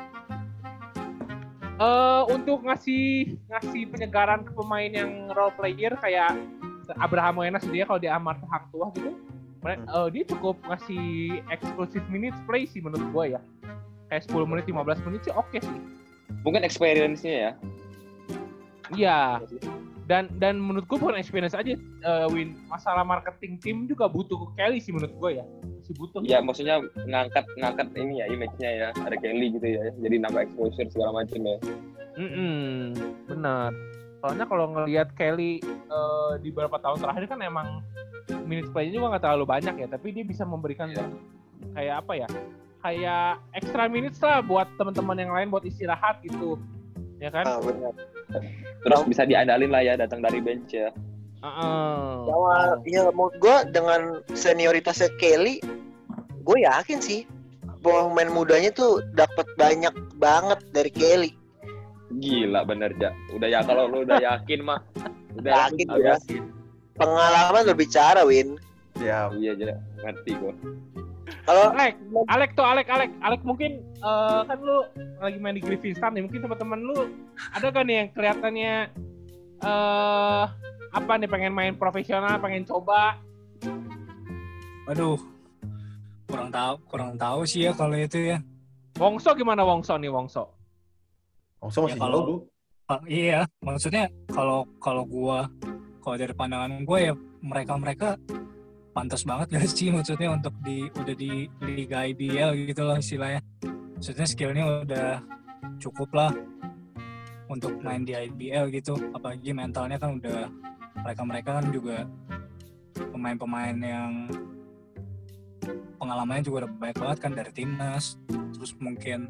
[SPEAKER 1] Eh untuk ngasih ngasih penyegaran ke pemain yang role player kayak Abraham Wenas dia kalau dia amat hang tua gitu, mere- eh, dia cukup ngasih exclusive minutes play sih menurut gue ya. Kayak sepuluh menit, lima belas menit sih oke sih.
[SPEAKER 2] Mungkin experience-nya ya.
[SPEAKER 1] Iya. Dan dan menurut gue bukan experience aja, eh, Win. Masalah marketing tim juga butuh ke Kelly sih menurut gue ya. Masih butuh.
[SPEAKER 2] Ya maksudnya ngangkat ngangkat ini ya image-nya ya, ada Kelly gitu ya. Jadi nambah exposure segala macam ya.
[SPEAKER 1] Mm-mm, benar. Soalnya kalau ngelihat Kelly eh, di beberapa tahun terakhir kan emang minutes play-nya juga nggak terlalu banyak ya, tapi dia bisa memberikan kayak apa ya? Kayak extra minutes lah buat teman-teman yang lain buat istirahat gitu. Ya kan?
[SPEAKER 4] Ah, benar.
[SPEAKER 2] Terus bisa diandalin lah ya datang dari bench ya.
[SPEAKER 1] Uh-uh.
[SPEAKER 4] Sama ya menurut gue dengan senioritasnya Kelly, gue yakin sih bahwa pemain mudanya tuh dapat banyak banget dari Kelly.
[SPEAKER 2] Gila bener ja. Udah ya kalau lu udah yakin mah. Udah
[SPEAKER 4] Yakin,
[SPEAKER 2] udah
[SPEAKER 4] ya.
[SPEAKER 2] yakin.
[SPEAKER 4] Pengalaman berbicara, Win.
[SPEAKER 3] Ya,
[SPEAKER 2] Iya aja, ngerti gua.
[SPEAKER 4] Kalau
[SPEAKER 1] Alek, Alek tuh Alek, Alek, Alek mungkin eh, kan lu lagi main di Griffin Star nih, mungkin teman-teman lu ada kan nih yang kelihatannya eh apa nih pengen main profesional, pengen coba.
[SPEAKER 5] Waduh, kurang tahu, kurang tahu sih ya kalau itu ya.
[SPEAKER 1] Wongso gimana Wongso nih Wongso?
[SPEAKER 3] langsung masih
[SPEAKER 5] Ya, kalau-
[SPEAKER 3] jauh, Bu.
[SPEAKER 5] Ah, iya, maksudnya kalau kalau gua kalau dari pandangan gue ya mereka mereka pantas banget gak sih maksudnya untuk di udah di Liga I B L gitu loh istilahnya. Maksudnya skillnya udah cukup lah untuk main di I B L gitu. Apalagi mentalnya kan udah mereka-mereka kan juga pemain-pemain yang pengalamannya juga udah banyak banget kan dari timnas, terus mungkin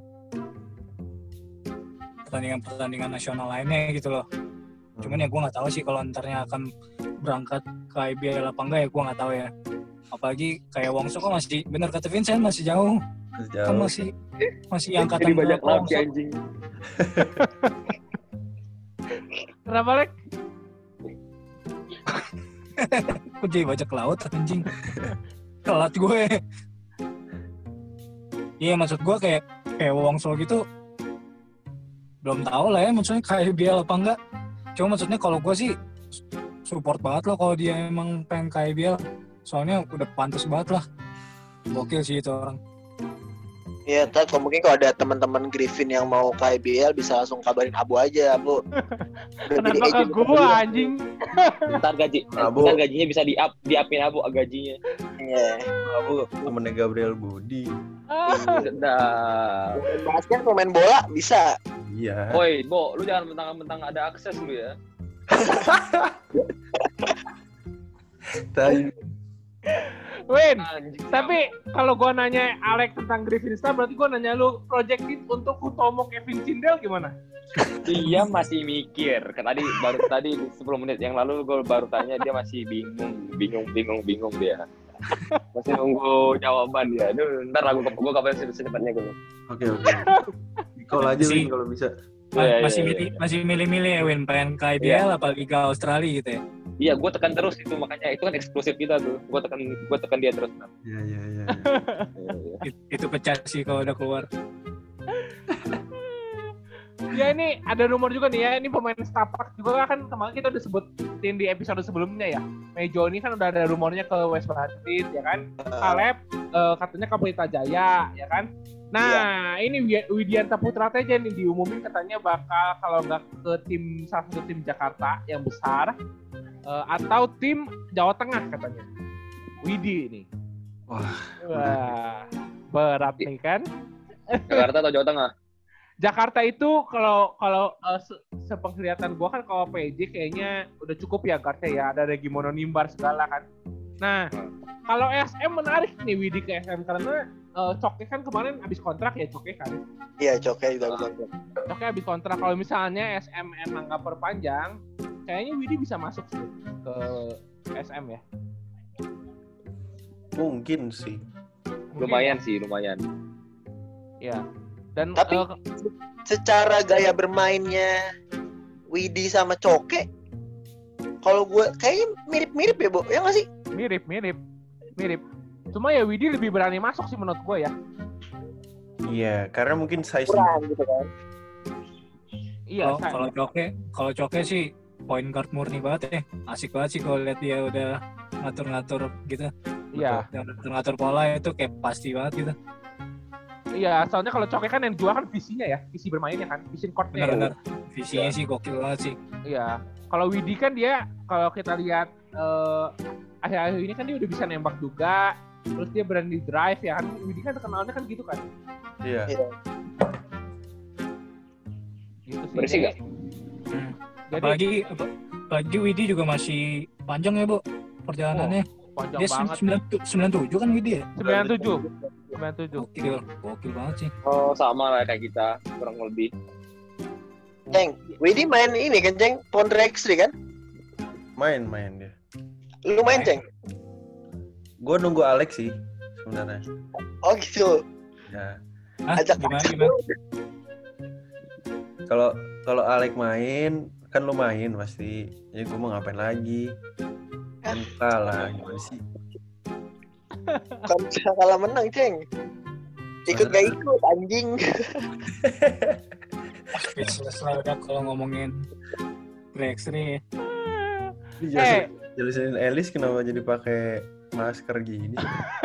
[SPEAKER 5] pertandingan-pertandingan nasional lainnya gitu loh. Cuman ya gue nggak tahu sih kalau antarnya akan berangkat ke I B L apa enggak ya, gue nggak tahu ya. Apalagi kayak Wongso kan masih, bener kata Vincent, masih jauh.
[SPEAKER 3] Terus
[SPEAKER 5] Kan
[SPEAKER 3] jauh.
[SPEAKER 5] masih masih angkatan
[SPEAKER 2] Jadi banyak
[SPEAKER 5] berapa
[SPEAKER 2] lagi
[SPEAKER 5] Wongso?
[SPEAKER 2] anjing.
[SPEAKER 1] Kenapa, Lek?
[SPEAKER 5] Kok jadi bajak laut anjing? Telat gue. Iya maksud gue kayak kayak Wongso gitu belum tahu lah ya maksudnya kayak I B L apa enggak. Cuma maksudnya kalau gue sih support banget loh kalau dia emang pengen ke I B L. Soalnya udah pantas banget lah. Gokil sih itu orang.
[SPEAKER 4] Ya, ntar kalau mungkin kalau ada teman-teman Griffin yang mau ke I B L bisa langsung kabarin Abu aja, Abu. Udah jadi
[SPEAKER 1] Kenapa ke
[SPEAKER 4] agent
[SPEAKER 1] gua
[SPEAKER 4] dia.
[SPEAKER 1] anjing?
[SPEAKER 2] Ntar gaji,
[SPEAKER 3] Abu.
[SPEAKER 2] ntar gajinya bisa di up, di upin Abu gajinya.
[SPEAKER 4] Iya.
[SPEAKER 3] Aku temennya Gabriel Budi.
[SPEAKER 1] Ah,
[SPEAKER 2] Sedap.
[SPEAKER 4] Basket pemain bola bisa.
[SPEAKER 3] Iya.
[SPEAKER 2] Woi, Bo, lu jangan mentang-mentang ada akses lu ya.
[SPEAKER 3] Tai.
[SPEAKER 1] Win,
[SPEAKER 2] Anjing.
[SPEAKER 1] tapi kalau gua nanya Alex tentang Griffin Star, berarti gua nanya lu projected untuk Hutomo Kevin Cindel gimana?
[SPEAKER 2] Dia masih mikir. Tadi baru tadi sepuluh menit yang lalu gue baru tanya, dia masih bingung, bingung, bingung, bingung dia. Masih nunggu jawaban dia. Aduh, ntar aku gue kabarin secepatnya gue.
[SPEAKER 3] Oke oke. Call aja
[SPEAKER 5] Si-
[SPEAKER 3] Win kalau bisa.
[SPEAKER 5] Ma-
[SPEAKER 2] Iya, iya,
[SPEAKER 5] masih
[SPEAKER 2] iya.
[SPEAKER 5] milih masih milih-milih ya Win pengen ke I B L apa Liga Australia gitu ya.
[SPEAKER 2] Iya, gue tekan terus itu, makanya itu kan eksklusif kita tuh. Gue tekan, gue tekan dia terus.
[SPEAKER 3] Iya iya iya.
[SPEAKER 2] Iya, iya.
[SPEAKER 5] It- itu pecah sih kalau udah keluar.
[SPEAKER 1] Ya ini ada rumor juga nih ya, ini pemain setapak juga kan kemarin kita udah sebutin di episode sebelumnya ya. Mejo ini kan udah ada rumornya ke West Bandit ya kan. Caleb eh, katanya ke Pelita Jaya ya kan. Nah ini Wi- Widianta Putra aja nih diumumin katanya bakal kalau nggak ke tim salah satu tim Jakarta yang besar eh, atau tim Jawa Tengah katanya. Widi ini.
[SPEAKER 3] Wah.
[SPEAKER 1] Wah berat nih kan.
[SPEAKER 2] Jakarta atau Jawa Tengah?
[SPEAKER 1] Jakarta itu kalau kalau uh, se sepenglihatan gua kan kalau P J kayaknya udah cukup ya guardnya ya, ada Regimono Nimbar segala kan. Nah kalau S M menarik nih Widi ke S M karena uh, Coke kan kemarin habis kontrak ya Coke kan.
[SPEAKER 4] Iya, Coke juga bisa.
[SPEAKER 1] Coke habis kontrak, kalau misalnya S M emang nggak perpanjang, kayaknya Widi bisa masuk sih ke S M ya.
[SPEAKER 3] Mungkin sih.
[SPEAKER 1] Mungkin
[SPEAKER 2] Lumayan sih, lumayan.
[SPEAKER 1] ya. Dan
[SPEAKER 4] Tapi-
[SPEAKER 1] uh,
[SPEAKER 4] Secara gaya bermainnya Widi sama Coke, kalau gue kayaknya mirip-mirip ya, Bo. Ya nggak sih?
[SPEAKER 1] mirip mirip mirip. Cuma ya Widi lebih berani masuk sih menurut gua ya.
[SPEAKER 3] Iya, karena mungkin size
[SPEAKER 4] Kurang gitu kan.
[SPEAKER 1] Iya.
[SPEAKER 5] Kalau
[SPEAKER 1] saya-
[SPEAKER 5] kalau Coke, kalau Coke sih point guard murni banget ya. Asik banget sih kalau lihat dia udah ngatur-ngatur gitu.
[SPEAKER 1] Iya.
[SPEAKER 5] Dan ngatur-ngatur pola itu kayak pasti banget gitu.
[SPEAKER 1] Iya, soalnya kalau Coke kan yang jual kan visinya ya, visi bermainnya kan, vision court-nya. ya.
[SPEAKER 5] Benar-benar visinya sih gokil banget sih.
[SPEAKER 1] Iya. Kalau Widi kan dia kalau kita lihat eh, akhir-akhir ini kan dia udah bisa nembak juga, terus dia berani drive ya kan. Widi kan terkenalnya kan gitu kan.
[SPEAKER 3] Iya.
[SPEAKER 1] Gitu sih.
[SPEAKER 2] Bersih
[SPEAKER 1] Jadi-
[SPEAKER 2] nggak?
[SPEAKER 5] Hmm.
[SPEAKER 1] Jadi
[SPEAKER 5] Apalagi apa- apalagi Widi juga masih panjang ya, Bu, perjalanannya.
[SPEAKER 1] panjang
[SPEAKER 5] Dia
[SPEAKER 1] banget.
[SPEAKER 5] sembilan sembilan tujuh kan Widi ya?
[SPEAKER 1] sembilan tujuh. sembilan tujuh.
[SPEAKER 5] Gokil, gokil banget sih.
[SPEAKER 2] Oh, sama lah kayak kita, kurang lebih.
[SPEAKER 4] Ceng, Widi main ini kan, Ceng? Pondre X tiga kan?
[SPEAKER 3] Main-main dia.
[SPEAKER 4] Lu main, Ceng?
[SPEAKER 3] Gue nunggu Alex sih sebenarnya.
[SPEAKER 4] Oh gitu.
[SPEAKER 3] Ya.
[SPEAKER 5] Hah?
[SPEAKER 4] Ajak
[SPEAKER 5] Gimana gimana?
[SPEAKER 3] Kalau kalau Alex main, kan lu main pasti. Ya gue mau ngapain lagi? Kan kalah gimana sih?
[SPEAKER 4] Bukan bisa kalah menang, Ceng. Ikut gak ikut, anjing.
[SPEAKER 5] Speechless lah udah kalau ngomongin tiga x tiga.
[SPEAKER 1] Eh.
[SPEAKER 3] Jelasin Elis kenapa jadi pakai masker gini?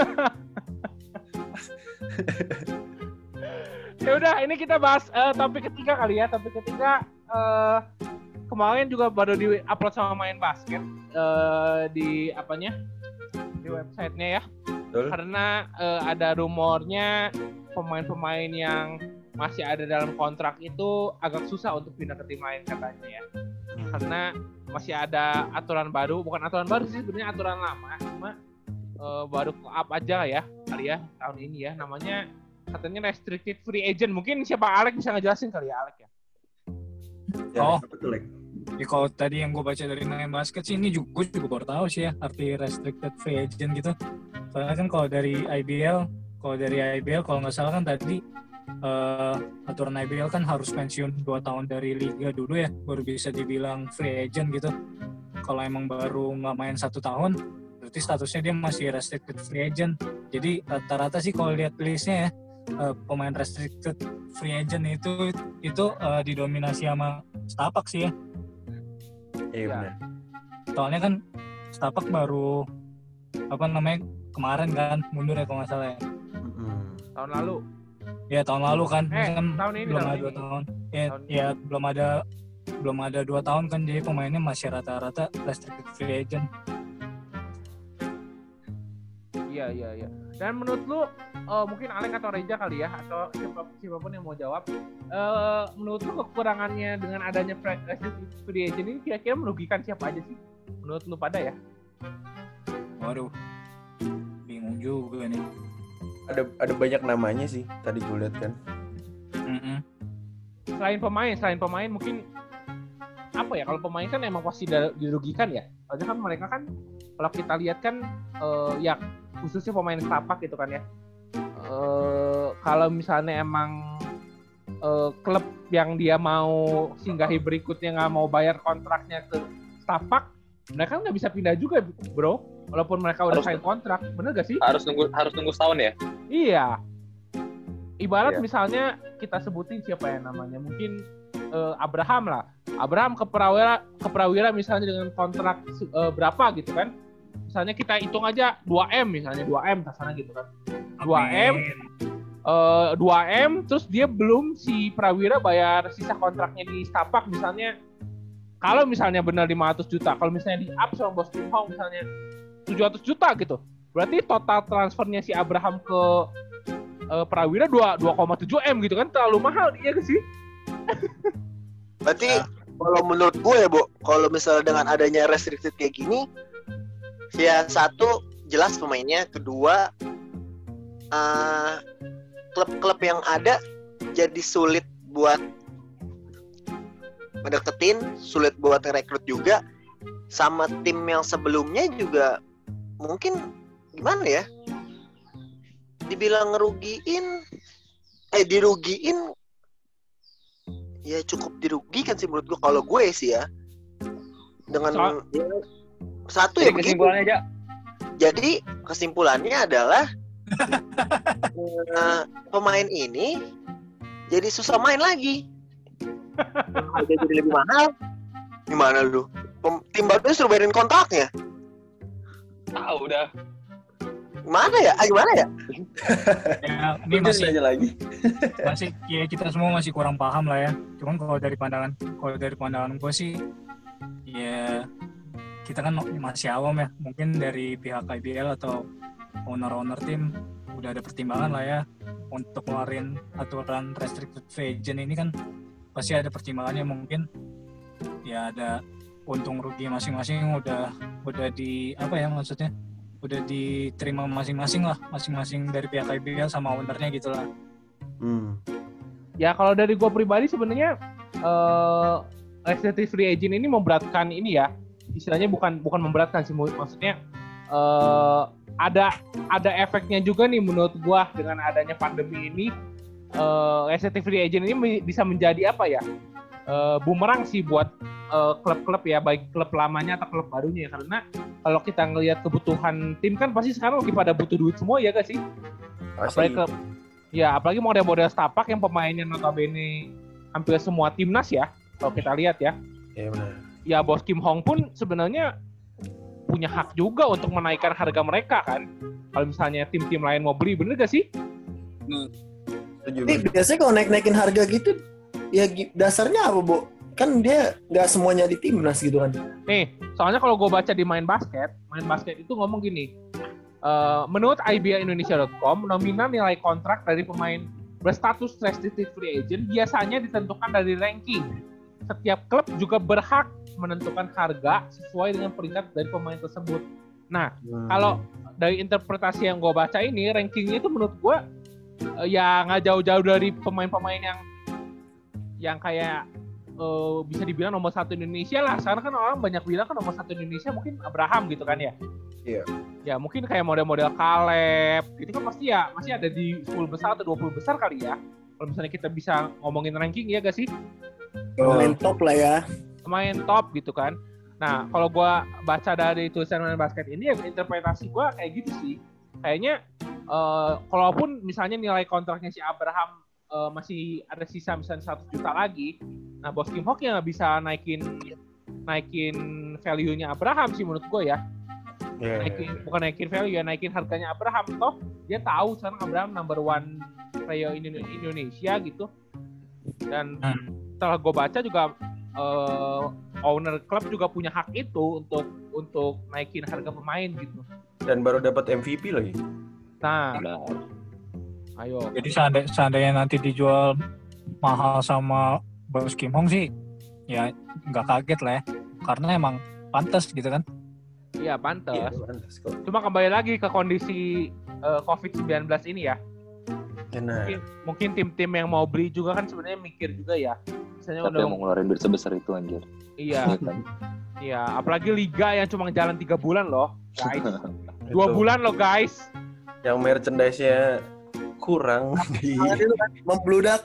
[SPEAKER 1] Ya udah, ini kita bahas eh, topik ketiga kali ya. Topik ketiga eh, kemarin juga baru di upload sama Main Basket eh, di apanya? Di websitenya ya.
[SPEAKER 3] Betul?
[SPEAKER 1] Karena eh, ada rumornya pemain-pemain yang masih ada dalam kontrak itu agak susah untuk pindah ke tim lain katanya ya. Karena masih ada aturan baru, bukan aturan baru sih sebenarnya aturan lama, cuma uh, baru up aja ya kali ya tahun ini ya. Namanya katanya restricted free agent. Mungkin siapa Alek bisa ngejelasin kali ya Alek ya.
[SPEAKER 3] Ya,
[SPEAKER 5] Oh.
[SPEAKER 3] betul, Lek.
[SPEAKER 5] Ya, kalau tadi yang gue baca dari Nine Basket sih, ini juga, gue juga baru tahu sih ya arti restricted free agent gitu. Soalnya kan kalau dari I B L, kalau dari I B L kalau nggak salah kan tadi uh, aturan I B L kan harus pensiun dua tahun dari liga dulu ya, baru bisa dibilang free agent gitu. Kalau emang baru nggak main satu tahun, berarti statusnya dia masih restricted free agent. Jadi rata-rata sih kalau lihat listnya ya, uh, pemain restricted free agent itu itu uh, didominasi sama Stapak sih ya.
[SPEAKER 3] Iya
[SPEAKER 1] Ya.
[SPEAKER 3] benar.
[SPEAKER 5] Soalnya kan Stapak baru apa namanya kemarin kan mundur ya kalau nggak salah ya.
[SPEAKER 3] Mm-mm.
[SPEAKER 1] Tahun lalu.
[SPEAKER 5] Ya tahun lalu kan,
[SPEAKER 1] Eh,
[SPEAKER 5] kan
[SPEAKER 1] tahun ini,
[SPEAKER 5] belum
[SPEAKER 1] tahun
[SPEAKER 5] ada dua
[SPEAKER 1] ini.
[SPEAKER 5] tahun. Ya,
[SPEAKER 1] Tahun
[SPEAKER 5] ya belum ada belum ada dua tahun kan, jadi pemainnya masih rata-rata restricted free agent.
[SPEAKER 1] Iya iya iya. Dan menurut lu uh, mungkin Alek atau Reja kali ya atau siapa, siapapun yang mau jawab, uh, menurut lu kekurangannya dengan adanya restricted free agent ini kira-kira merugikan siapa aja sih? Menurut lu pada ya?
[SPEAKER 5] Waduh, bingung juga nih.
[SPEAKER 3] Ada ada banyak namanya sih tadi gue lihat kan.
[SPEAKER 5] Mm-mm.
[SPEAKER 1] Selain pemain, selain pemain mungkin apa ya? Kalau pemain kan emang pasti dirugikan ya. Soalnya kan mereka kan kalau kita lihat kan uh, ya khususnya pemain Stapak gitu kan ya. Uh, kalau misalnya emang uh, klub yang dia mau singgahi berikutnya nggak mau bayar kontraknya ke Stapak, mereka nggak bisa pindah juga, bro. Walaupun mereka udah
[SPEAKER 2] Harus-
[SPEAKER 1] sign kontrak, bener gak sih?
[SPEAKER 2] Harus nunggu harus nunggu setahun ya.
[SPEAKER 1] Iya. Ibarat
[SPEAKER 3] Iya.
[SPEAKER 1] misalnya kita sebutin siapa ya namanya, mungkin uh, Abraham lah. Abraham ke Prawira, ke Prawira misalnya dengan kontrak uh, berapa gitu kan? Misalnya kita hitung aja dua M misalnya, dua M kasarnya gitu kan. dua M, uh, dua M, terus dia belum si Prawira bayar sisa kontraknya di Stapak misalnya. Kalau misalnya benar lima ratus juta, kalau misalnya di up sama Bos Kim Hong misalnya tujuh ratus juta gitu. Berarti total transfernya si Abraham ke uh, Prawira dua koma tujuh M gitu kan, terlalu mahal dia ke sih.
[SPEAKER 4] Berarti
[SPEAKER 5] Ya.
[SPEAKER 4] kalau menurut gue ya, Bo, kalau misalnya dengan adanya restricted kayak gini, ya satu jelas pemainnya, kedua uh, klub-klub yang ada jadi sulit buat mendeketin, sulit buat ngerekrut juga, sama tim yang sebelumnya juga mungkin gimana ya? Dibilang ngerugiin, eh dirugiin, ya cukup dirugikan sih menurut gue kalau gue sih ya. Dengan
[SPEAKER 1] Soal-
[SPEAKER 4] ya, satu
[SPEAKER 2] Jadi
[SPEAKER 4] ya begini.
[SPEAKER 2] kesimpulannya aja.
[SPEAKER 4] Jadi kesimpulannya adalah eh, pemain ini jadi susah main lagi. Harga jadi lebih mahal. Gimana lu? Pem- tim baru suruh bayarin kontraknya.
[SPEAKER 2] Tahu udah.
[SPEAKER 4] Gimana ya? Ah, gimana ya?
[SPEAKER 5] Ya, ini
[SPEAKER 3] Ini
[SPEAKER 5] masih
[SPEAKER 3] aja lagi.
[SPEAKER 5] masih ya kita semua masih kurang paham lah ya. Cuman kalau dari pandangan kalau dari pandangan gue sih ya kita kan masih awam ya. Mungkin dari pihak I B L atau owner-owner tim udah ada pertimbangan lah ya untuk ngeluarin aturan restricted free agent ini kan pasti ada pertimbangannya, mungkin ya ada untung rugi masing-masing udah udah di apa ya maksudnya udah diterima masing-masing lah, masing-masing dari pihak I B L sama ownernya gitu lah.
[SPEAKER 3] Hmm.
[SPEAKER 1] Ya kalau dari gue pribadi sebenarnya uh, restricted free agent ini memberatkan ini ya, istilahnya bukan bukan memberatkan sih, maksudnya uh, ada ada efeknya juga nih menurut gue dengan adanya pandemi ini. Uh, restricted free agent ini me- bisa menjadi apa ya, uh, bumerang sih buat uh, klub-klub ya, baik klub lamanya atau klub barunya ya. Karena kalau kita ngelihat kebutuhan tim kan pasti sekarang lagi pada butuh duit semua ya gak sih?
[SPEAKER 3] Pasti.
[SPEAKER 1] Apalagi klub, ya apalagi model-model Stapak yang pemainnya notabene hampir semua timnas ya, kalau kita lihat ya.
[SPEAKER 3] Iya benar.
[SPEAKER 1] Ya Bos Kim Hong pun sebenarnya punya hak juga untuk menaikkan harga mereka kan. Kalau misalnya tim-tim lain mau beli, bener gak sih?
[SPEAKER 3] Setuju.
[SPEAKER 6] Tapi biasanya kalau naik-naikin harga gitu, ya gi- dasarnya apa, Bo? Kan dia nggak semuanya di timnas gitu kan.
[SPEAKER 1] Nih, soalnya kalau gue baca di Main Basket, Main Basket itu ngomong gini, uh, menurut I B L Indonesia dot com, nominal nilai kontrak dari pemain berstatus restricted free agent biasanya ditentukan dari ranking. Setiap klub juga berhak menentukan harga sesuai dengan peringkat dari pemain tersebut. Nah, hmm. kalau dari interpretasi yang gue baca ini, rankingnya itu menurut gue uh, ya nggak jauh-jauh dari pemain-pemain yang yang kayak uh, bisa dibilang nomor satu Indonesia lah. Sekarang kan orang banyak bilang kan nomor satu Indonesia mungkin Abraham gitu kan ya.
[SPEAKER 3] Iya.
[SPEAKER 1] Ya mungkin kayak model-model Caleb, itu kan pasti ya masih ada di sepuluh besar atau dua puluh besar kali ya. Kalau misalnya kita bisa ngomongin ranking ya gak sih?
[SPEAKER 6] Pemain top lah ya.
[SPEAKER 1] Pemain top gitu kan. Nah, kalau gue baca dari tulisan main basket ini ya interpretasi gue kayak gitu sih. Kayaknya uh, kalaupun misalnya nilai kontraknya si Abraham uh, masih ada sisa misalnya seratus juta lagi, nah bos Kim Hok yang bisa naikin naikin value-nya Abraham sih menurut gue ya. Yeah. Naikin, bukan naikin value ya, naikin harganya Abraham. Toh dia tahu sekarang Abraham number one player Indonesia gitu. Dan hmm. setelah gue baca juga uh, owner klub juga punya hak itu untuk untuk naikin harga pemain gitu.
[SPEAKER 3] Dan baru dapat M V P lagi.
[SPEAKER 1] Nah, nah. Ayo.
[SPEAKER 5] Jadi seandainya, seandainya nanti dijual mahal sama bos Kim Hong sih, ya nggak kaget lah ya, karena emang pantas gitu kan.
[SPEAKER 1] Iya pantas.
[SPEAKER 3] Iya, pantas kok.
[SPEAKER 1] Cuma kembali lagi ke kondisi uh, covid sembilan belas ini ya.
[SPEAKER 3] Enak.
[SPEAKER 1] Mungkin, mungkin tim-tim yang mau beli juga kan sebenarnya mikir juga ya. Misalnya
[SPEAKER 2] tapi
[SPEAKER 1] udah
[SPEAKER 2] yang mau ngeluarin duit sebesar itu anjir.
[SPEAKER 1] Iya. Iya, apalagi liga yang cuma jalan tiga bulan loh, guys. Dua bulan loh, guys.
[SPEAKER 3] Yang merchandise-nya kurang.
[SPEAKER 6] Membludak.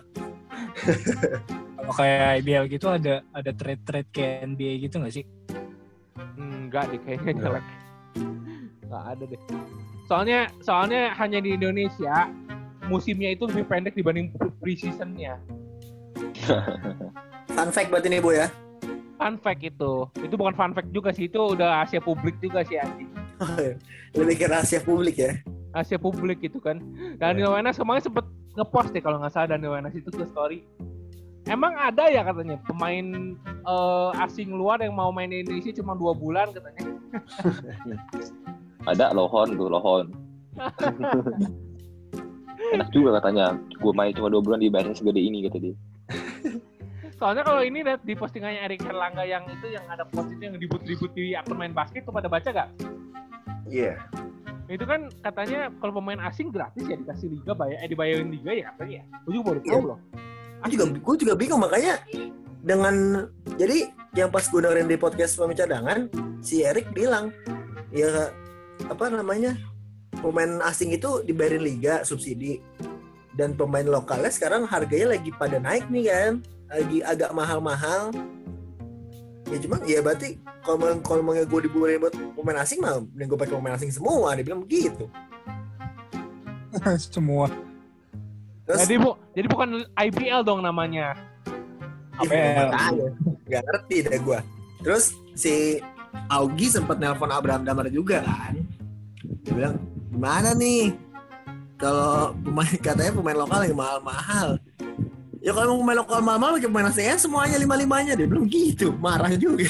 [SPEAKER 5] Kalau kayak I B L gitu ada ada trade-trade kayak N B A gitu nggak sih?
[SPEAKER 1] Enggak deh, kayaknya jelek. Enggak ada deh. Soalnya soalnya hanya di Indonesia musimnya itu lebih pendek dibanding pre-season-nya.
[SPEAKER 6] Fun fact buat ini Bu ya.
[SPEAKER 1] Fun fact itu. Itu bukan fun fact juga sih, itu udah rahasia publik juga sih anjing.
[SPEAKER 6] Lebih ke rahasia publik ya.
[SPEAKER 1] Rahasia publik itu kan. Daniel Wenas kemarin sempet nge-post deh kalau nggak salah Daniel Wenas itu ke story. Emang ada ya katanya pemain uh, asing luar yang mau main di Indonesia cuma dua bulan katanya.
[SPEAKER 2] Ada Lohon tuh Lohon. Enak juga katanya. Gue main cuma dua bulan dibayarnya segede ini kata dia.
[SPEAKER 1] Soalnya kalau ini lihat di postingannya Erik Herlangga yang itu yang ada post itu yang ribut-ribut di akun main basket tuh pada baca gak?
[SPEAKER 3] Iya. Yeah.
[SPEAKER 1] Itu kan katanya kalau pemain asing gratis ya dikasih liga bayar eh dibayarin liga ya apa ya? Gue juga baru tahu yeah. loh.
[SPEAKER 6] Gue juga gue juga bingung makanya dengan jadi yang pas gue dengerin di podcast pemain cadangan si Erik bilang ya apa namanya pemain asing itu dibayarin liga subsidi dan pemain lokalnya sekarang harganya lagi pada naik nih kan lagi agak mahal-mahal ya cuman ya berarti kalau kalau mau gue dibayarin buat pemain asing mah mending gue pakai pemain asing semua dia bilang begitu.
[SPEAKER 5] Semua.
[SPEAKER 1] Terus, jadi bu, jadi bukan I B L dong namanya.
[SPEAKER 6] I B L. Gak ngerti deh gue. Terus si Augie sempat nelpon Abraham Damar juga kan. Dia bilang gimana nih? Kalau pemain katanya pemain lokal yang mahal-mahal. Ya kalau pemain lokal mahal-mahal pakai pemain asing semuanya lima-limanya dia belum gitu. Marah juga.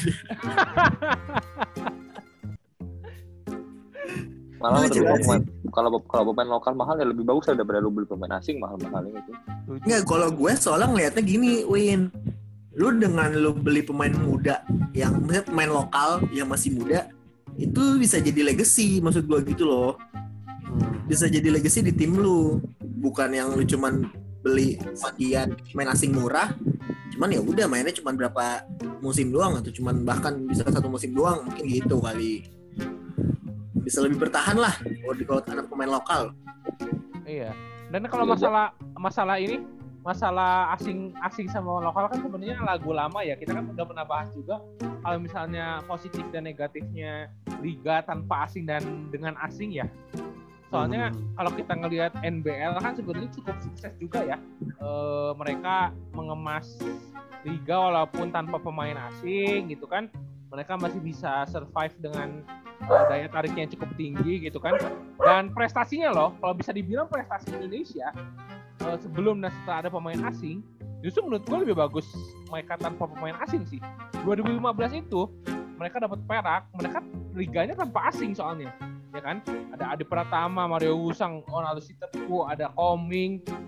[SPEAKER 2] Malah lebih pemain, kalau kalau pemain lokal mahal ya lebih bagus daripada lu beli pemain asing mahal-mahalnya gitu.
[SPEAKER 6] Enggak, kalau gue soalnya ngeliatnya gini, Win. Lu dengan lu beli pemain muda yang misalnya pemain lokal yang masih muda, itu bisa jadi legacy maksud gue gitu loh. Bisa jadi legacy di tim lu. Bukan yang lu cuman beli sekian pemain asing murah, cuman ya udah mainnya cuman berapa musim doang atau cuman bahkan bisa satu musim doang, mungkin gitu kali. Bisa lebih bertahan lah kalau anak pemain lokal.
[SPEAKER 1] Iya. Dan kalau masalah masalah ini, masalah asing asing sama lokal kan sebenarnya lagu lama ya. Kita kan udah pernah bahas juga kalau misalnya positif dan negatifnya liga tanpa asing dan dengan asing ya. Soalnya hmm. kalau kita ngelihat N B L kan sebenarnya cukup sukses juga ya. E, mereka mengemas liga walaupun tanpa pemain asing gitu kan. Mereka masih bisa survive dengan uh, daya tariknya yang cukup tinggi gitu kan. Dan prestasinya loh, kalau bisa dibilang prestasi Indonesia uh, sebelum dan setelah ada pemain asing, justru menurut gue lebih bagus mereka tanpa pemain asing sih. dua ribu lima belas itu mereka dapat perak, mereka liganya tanpa asing soalnya, ya kan? Ada Adi Pratama, Mario Wusang, Ronaldo Sitepu, ada Koming,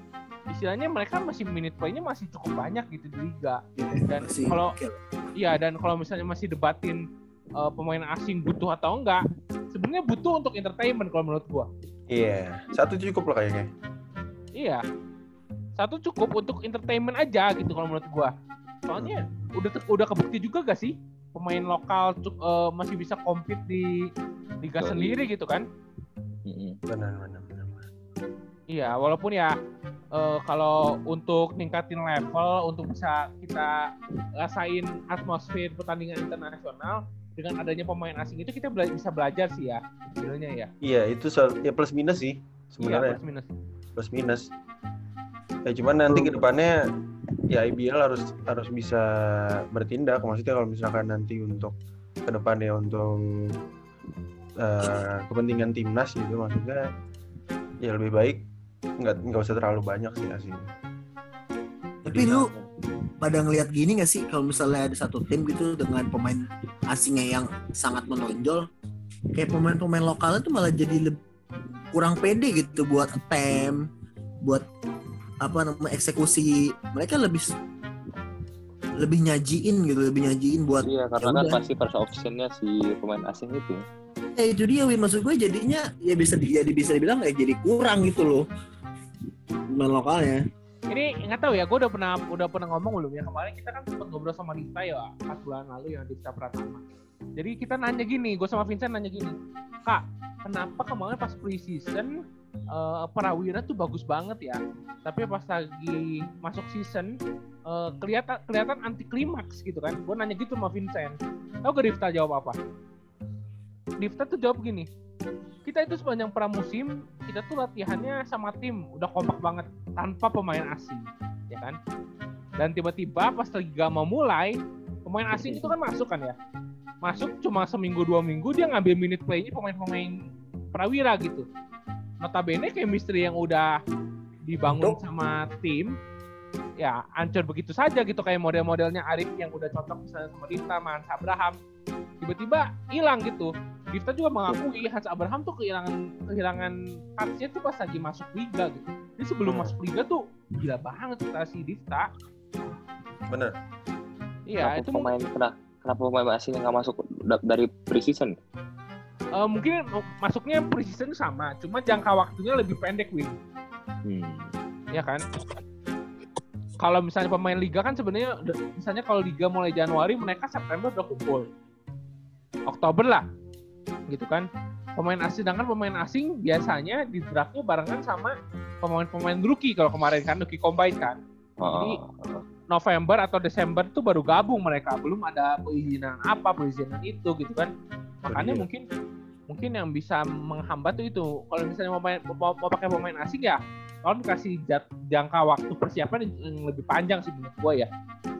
[SPEAKER 1] istilahnya mereka masih minute play-nya masih cukup banyak gitu di liga. Dan
[SPEAKER 6] Masih-
[SPEAKER 1] kalau
[SPEAKER 6] oke.
[SPEAKER 1] iya dan kalau misalnya masih debatin uh, pemain asing butuh atau enggak, sebenarnya butuh untuk entertainment kalau menurut gua.
[SPEAKER 3] Iya, satu cukup lah kayaknya.
[SPEAKER 1] Iya. Satu cukup untuk entertainment aja gitu kalau menurut gua. Soalnya udah udah kebukti juga gak sih pemain lokal uh, masih bisa compete di liga
[SPEAKER 2] Yoi.
[SPEAKER 1] sendiri gitu kan?
[SPEAKER 2] Mm-mm.
[SPEAKER 3] Benar, benar, benar.
[SPEAKER 1] Iya, walaupun ya uh, kalau untuk ningkatin level untuk bisa kita rasain atmosfer pertandingan internasional dengan adanya pemain asing itu kita bela- bisa belajar sih ya sebenarnya ya.
[SPEAKER 3] Iya, itu so- ya plus minus sih
[SPEAKER 1] Iya,
[SPEAKER 3] sebenarnya.
[SPEAKER 1] plus minus.
[SPEAKER 3] Plus minus. Ya cuman nanti ke depannya ya I B L harus harus bisa bertindak. Maksudnya kalau misalkan nanti untuk ke depannya untuk uh, kepentingan timnas gitu, maksudnya ya lebih baik nggak nggak usah terlalu banyak sih aslinya.
[SPEAKER 6] Tapi lu pada ngelihat gini gak sih kalau misalnya ada satu tim gitu dengan pemain asingnya yang sangat menonjol, kayak pemain-pemain lokalnya tuh malah jadi lebih kurang pede gitu buat attempt, buat apa namanya eksekusi. Mereka lebih lebih nyajiin gitu, lebih nyajiin buat
[SPEAKER 2] Iya, karena
[SPEAKER 6] ya
[SPEAKER 2] kan
[SPEAKER 6] udah.
[SPEAKER 2] pasti first option-nya si pemain asing itu.
[SPEAKER 6] Ya itu dia Win, maksud gue jadinya ya bisa di, jadi bisa dibilang kayak jadi kurang gitu loh pemain lokalnya.
[SPEAKER 1] Ini nggak tahu ya, gue udah pernah udah pernah ngomong belum ya, kemarin kita kan sempat ngobrol sama Dita ya pas bulan lalu yang Dita Pratama. Jadi kita nanya gini, gue sama Vincent nanya gini, Kak, kenapa kemarin pas pre-season uh, Prawira tuh bagus banget ya, tapi pas lagi masuk season uh, kelihatan kelihatan anti klimaks gitu kan? Gue nanya gitu sama Vincent. Tahu gak Dita jawab apa? Dita tuh jawab gini, kita itu sepanjang pramusim kita tuh latihannya sama tim udah kompak banget tanpa pemain asing, ya kan? Dan tiba-tiba pas liga mau mulai, pemain asing itu kan masuk kan ya, masuk cuma seminggu dua minggu dia ngambil minute play-nya pemain-pemain Prawira gitu. Notabene chemistry yang udah dibangun
[SPEAKER 6] Untuk-
[SPEAKER 1] sama tim ya hancur begitu saja gitu, kayak model-modelnya Arif yang udah cocok misalnya sama Dita, Hans Abraham, tiba-tiba hilang gitu. Dita juga mengakui Hans Abraham tuh kehilangan kehilangan touch-nya tuh pas lagi masuk liga gitu. Jadi sebelum
[SPEAKER 3] Hmm.
[SPEAKER 1] masuk liga tuh gila banget prestasi Dita.
[SPEAKER 3] Bener.
[SPEAKER 1] Iya,
[SPEAKER 2] Kenapa
[SPEAKER 1] itu
[SPEAKER 2] pemain kenapa, kenapa pemain asing nggak masuk da- dari pre-season?
[SPEAKER 1] uh, mungkin masuknya pre-season sama, cuma jangka waktunya lebih pendek, Win.
[SPEAKER 2] Hmm.
[SPEAKER 1] Ya kan? Kalau misalnya pemain liga kan sebenarnya misalnya kalau liga mulai Januari, mereka September udah kumpul. Oktober lah. Gitu kan. Pemain asing, sedangkan pemain asing biasanya di draftnya barengan sama pemain-pemain rookie kalau kemarin kan rookie combine kan. Jadi
[SPEAKER 2] Oh,
[SPEAKER 1] November atau Desember tuh baru gabung mereka, belum ada perizinan apa perizinan itu gitu kan. Makanya
[SPEAKER 3] Iya.
[SPEAKER 1] mungkin mungkin yang bisa menghambat tuh itu kalau misalnya mau, main, mau, mau pakai pemain asing ya kalau dikasih jat, jangka waktu persiapan yang lebih panjang sih menurut gue ya.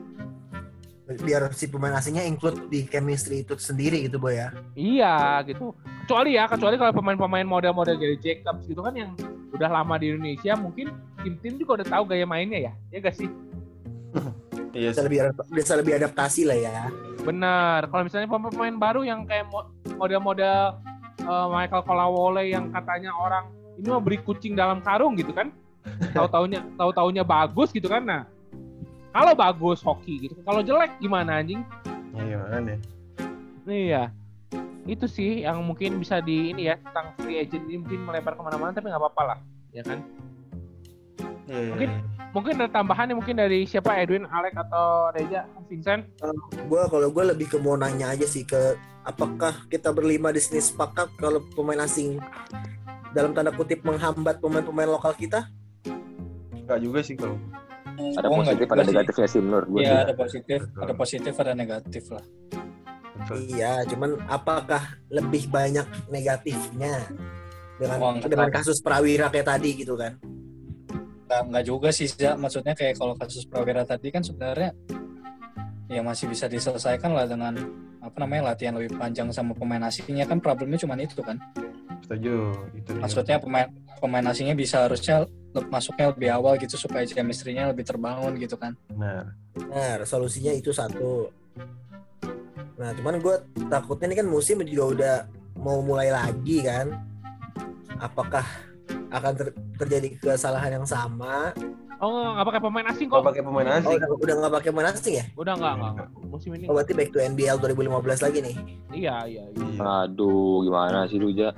[SPEAKER 6] Biar si pemain asingnya include di chemistry itu sendiri gitu Boy ya.
[SPEAKER 1] Iya gitu. Kecuali ya, kecuali kalau pemain-pemain model-model Gary Jacobs gitu kan yang udah lama di Indonesia, mungkin tim-tim juga udah tahu gaya mainnya ya. Ya gak sih?
[SPEAKER 3] Iya
[SPEAKER 6] Bisa
[SPEAKER 3] sih.
[SPEAKER 6] lebih bisa lebih adaptasi lah ya.
[SPEAKER 1] Benar. Kalau misalnya pemain baru yang kayak mo- model-model uh, Michael Kolawole yang katanya orang ini mau beli kucing dalam karung gitu kan. Tahu-taunya tahu-taunya bagus gitu kan. Nah, kalau bagus hoki gitu. Kalau jelek gimana anjing?
[SPEAKER 3] Iya, makanya.
[SPEAKER 1] Iya. Itu sih yang mungkin bisa di ini ya tentang free agent ini mungkin melebar kemana-mana tapi nggak apa-apa lah, ya kan?
[SPEAKER 3] Iya, iya,
[SPEAKER 1] Mungkin-
[SPEAKER 3] iya.
[SPEAKER 1] Mungkin ada tambahan nih mungkin dari siapa, Edwin, Alek atau Reja, Vincent?
[SPEAKER 6] Gue kalau gue lebih ke mau nanya aja sih ke apakah kita berlima di sini sepakat kalau pemain asing dalam tanda kutip menghambat pemain-pemain lokal kita?
[SPEAKER 3] Enggak juga sih kalau.
[SPEAKER 2] ada
[SPEAKER 5] Oh,
[SPEAKER 2] positif,
[SPEAKER 5] nggak
[SPEAKER 2] ada
[SPEAKER 5] juga sih.
[SPEAKER 2] negatifnya sih menurut gue.
[SPEAKER 5] Iya,
[SPEAKER 2] sih.
[SPEAKER 5] ada positif,
[SPEAKER 3] Betul.
[SPEAKER 5] ada positif, ada negatif lah.
[SPEAKER 3] Betul.
[SPEAKER 6] Iya, cuman apakah lebih banyak negatifnya dengan
[SPEAKER 5] Oh, enggak
[SPEAKER 6] dengan
[SPEAKER 5] tahu.
[SPEAKER 6] kasus Prawira kayak tadi gitu kan?
[SPEAKER 5] Nggak, nggak juga sih, Za. Maksudnya kayak kalau kasus Prawira tadi kan sebenarnya ya masih bisa diselesaikan lah dengan apa namanya latihan lebih panjang sama pemain asingnya, kan problemnya cuma itu kan.
[SPEAKER 3] Setuju. Itu dia.
[SPEAKER 5] Maksudnya pemain pemain asingnya bisa harusnya le- masuknya lebih awal gitu supaya chemistry-nya lebih terbangun gitu kan.
[SPEAKER 3] Benar.
[SPEAKER 6] Nah, solusinya itu satu. Nah, cuman gue takutnya ini kan musim juga udah mau mulai lagi kan. Apakah akan ter- terjadi kesalahan yang sama.
[SPEAKER 1] Oh, nggak pakai pemain asing
[SPEAKER 3] Kalau
[SPEAKER 1] kok.
[SPEAKER 3] pakai pemain
[SPEAKER 6] Oh,
[SPEAKER 3] asing.
[SPEAKER 6] udah udah nggak pakai pemain asing ya?
[SPEAKER 1] Udah nggak, nggak, nggak. Musim ini.
[SPEAKER 6] Oh, berarti back to N B L dua ribu lima belas lagi nih.
[SPEAKER 1] Iya, iya, iya.
[SPEAKER 3] Iya.
[SPEAKER 2] Aduh, gimana sih lu, Ja?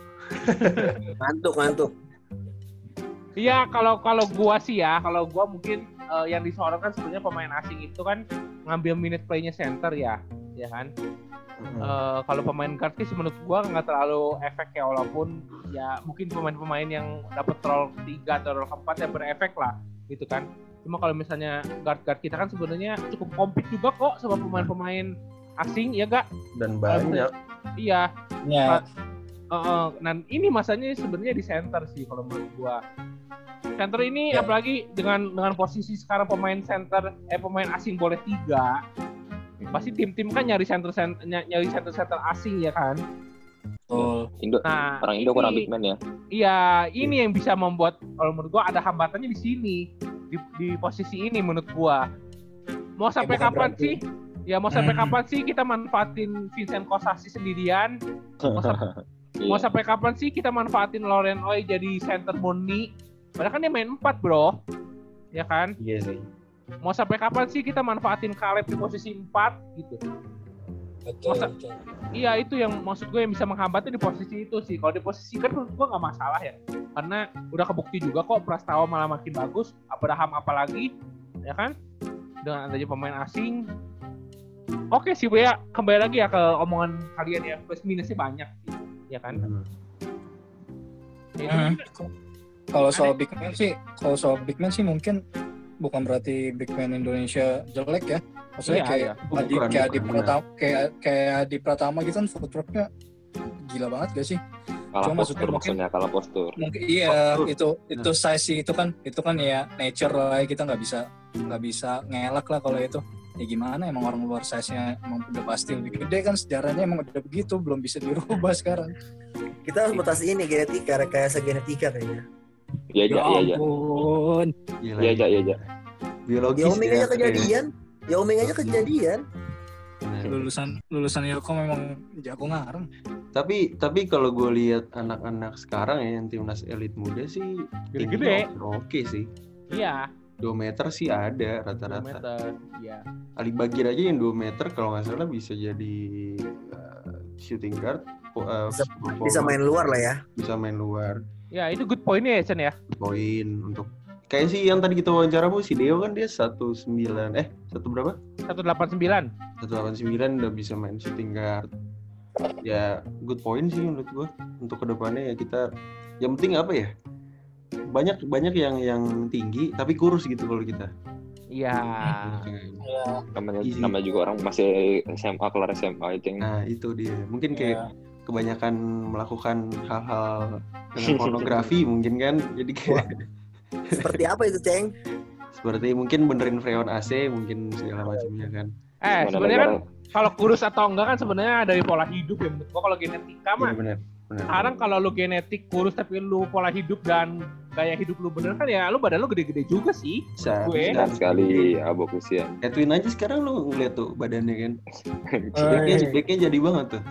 [SPEAKER 6] Ngantuk, ngantuk.
[SPEAKER 1] Iya, kalau kalau gua sih ya, kalau gua mungkin uh, yang disorotkan sebenarnya pemain asing itu kan ngambil minute play-nya center ya, ya kan.
[SPEAKER 3] Mm-hmm.
[SPEAKER 1] Uh, kalau pemain guard sih menurut gua nggak terlalu efek ya, walaupun ya mungkin pemain-pemain yang dapat roll ketiga atau roll keempat ya berefek lah, gitu kan. Cuma kalau misalnya guard-guard kita kan sebenarnya cukup komplit juga kok sama pemain-pemain asing, ya gak?
[SPEAKER 3] Dan banyak.
[SPEAKER 1] Iya.
[SPEAKER 5] Ya,
[SPEAKER 1] Uh, uh, dan ini masanya sebenarnya di center sih kalau menurut gua. Center ini
[SPEAKER 5] Ya.
[SPEAKER 1] apalagi dengan dengan posisi sekarang pemain center eh pemain asing boleh tiga. Pasti tim-tim kan nyari center center nyari center center asing ya kan.
[SPEAKER 5] betul.
[SPEAKER 2] Indo,
[SPEAKER 1] Nah,
[SPEAKER 2] orang Indo
[SPEAKER 1] ini-
[SPEAKER 2] kurang big man ya.
[SPEAKER 1] Iya, ini yang bisa membuat kalau menurut gua ada hambatannya di sini di, di posisi ini menurut gua. Mau sampai
[SPEAKER 5] bukan
[SPEAKER 1] kapan
[SPEAKER 5] berarti-
[SPEAKER 1] sih? Ya mau sampai
[SPEAKER 5] Hmm.
[SPEAKER 1] kapan sih kita manfaatin Vincent Kosasi sendirian? Mau sampai, mau
[SPEAKER 2] Iya.
[SPEAKER 1] sampai kapan sih kita manfaatin Lauren Oy jadi center murni? Padahal kan dia main empat, bro. Ya kan?
[SPEAKER 3] Iya sih.
[SPEAKER 1] Mau sampai kapan sih kita manfaatin Caleb di posisi empat gitu?
[SPEAKER 5] Betul,
[SPEAKER 1] Masa-
[SPEAKER 5] betul.
[SPEAKER 1] Iya, itu yang maksud gue yang bisa menghambatnya di posisi itu sih. Kalau di posisi kan menurut gue nggak masalah ya. Karena udah kebukti juga kok Prastawa malah makin bagus. Abraham apalagi, ya kan? Dengan adanya pemain asing. Oke sih, Bu ya. Kembali lagi ya ke omongan kalian ya. Plus minusnya banyak sih. Ya kan?
[SPEAKER 3] Hmm.
[SPEAKER 1] Ya,
[SPEAKER 5] Hmm.
[SPEAKER 1] itu
[SPEAKER 5] Kalau soal big man sih, kalau soal big man sih mungkin bukan berarti big man Indonesia jelek ya. Maksudnya
[SPEAKER 1] Iya,
[SPEAKER 5] kayak
[SPEAKER 1] iya.
[SPEAKER 5] Adi,
[SPEAKER 3] Bukan,
[SPEAKER 5] kayak di
[SPEAKER 3] bukan,
[SPEAKER 5] Pratama, kayak kayak di Pratama gitu kan footworknya gila banget gak sih?
[SPEAKER 2] Kalah
[SPEAKER 5] Cuma
[SPEAKER 2] postur
[SPEAKER 5] maksudnya mungkin-
[SPEAKER 2] maksudnya, kalah postur.
[SPEAKER 5] Mungkin iya
[SPEAKER 3] Betul.
[SPEAKER 5] itu itu size sih itu kan itu kan ya nature lah ya, kita nggak bisa nggak bisa ngelak lah kalau itu. Ya gimana emang orang luar size-nya emang udah pasti lebih gede kan, sejarahnya emang udah begitu, belum bisa dirubah sekarang.
[SPEAKER 6] Kita harus batas ini genetika, rekayasa genetika kayaknya.
[SPEAKER 2] Iya, Ja, iya, Ja.
[SPEAKER 5] ampun.
[SPEAKER 3] Gila,
[SPEAKER 2] Iya, Ja, iya, Ja.
[SPEAKER 3] Biologis
[SPEAKER 6] Yao Ming
[SPEAKER 3] ya,
[SPEAKER 6] aja kejadian. Yao Ming aja kejadian.
[SPEAKER 3] Benar.
[SPEAKER 5] Lulusan lulusan Ilkom memang jago ngarang.
[SPEAKER 3] Tapi tapi kalau gue lihat anak-anak sekarang ya yang timnas elit muda sih
[SPEAKER 1] Gede-gede.
[SPEAKER 3] tinggi oke sih.
[SPEAKER 1] Iya,
[SPEAKER 3] dua meter sih ada
[SPEAKER 1] dua
[SPEAKER 3] rata-rata.
[SPEAKER 1] meter. Iya.
[SPEAKER 3] Ali Bagir aja yang dua meter kalau nggak salah bisa jadi uh, shooting guard. po- uh,
[SPEAKER 6] Bisa-
[SPEAKER 3] forward,
[SPEAKER 6] Bisa main luar lah ya.
[SPEAKER 3] bisa main luar.
[SPEAKER 1] Ya, itu good point-nya ya, Chen ya.
[SPEAKER 3] Poin untuk kayak sih yang tadi kita wawancara bu si Deo kan dia satu sembilan eh satu berapa?
[SPEAKER 1] seratus delapan puluh sembilan.
[SPEAKER 3] satu delapan sembilan udah bisa main shooting guard. Ya good point sih menurut gua untuk kedepannya ya kita yang penting apa ya? Banyak banyak yang yang tinggi tapi kurus gitu kalau kita.
[SPEAKER 1] Iya.
[SPEAKER 5] Ya,
[SPEAKER 2] Namanya,
[SPEAKER 3] Easy.
[SPEAKER 2] namanya juga orang masih S M A, kelar S M A itu yang
[SPEAKER 3] Nah itu dia. Mungkin kayak
[SPEAKER 5] ya.
[SPEAKER 3] kebanyakan melakukan hal-hal dengan pornografi mungkin kan. Jadi kayak
[SPEAKER 6] Seperti apa itu, Ceng?
[SPEAKER 3] seperti mungkin benerin freon A C mungkin segala macamnya kan.
[SPEAKER 1] Eh,
[SPEAKER 2] Mana
[SPEAKER 1] sebenarnya kan
[SPEAKER 2] negara-
[SPEAKER 1] kalau kurus atau enggak kan sebenarnya dari pola hidup ya menurut gua. Kalau genetika mah
[SPEAKER 3] Iya benar. Benar.
[SPEAKER 1] sekarang kalau lu genetik kurus tapi lu pola hidup dan gaya hidup lu bener kan ya lu badan lu gede-gede juga sih.
[SPEAKER 3] Bisa,
[SPEAKER 1] gue.
[SPEAKER 3] bisa.
[SPEAKER 2] Benar sekali Abu Kusian.
[SPEAKER 3] Edwin aja sekarang lu ngeliat tuh badannya kan.
[SPEAKER 5] Oh,
[SPEAKER 3] Backnya,
[SPEAKER 5] iya.
[SPEAKER 3] backnya jadi banget tuh.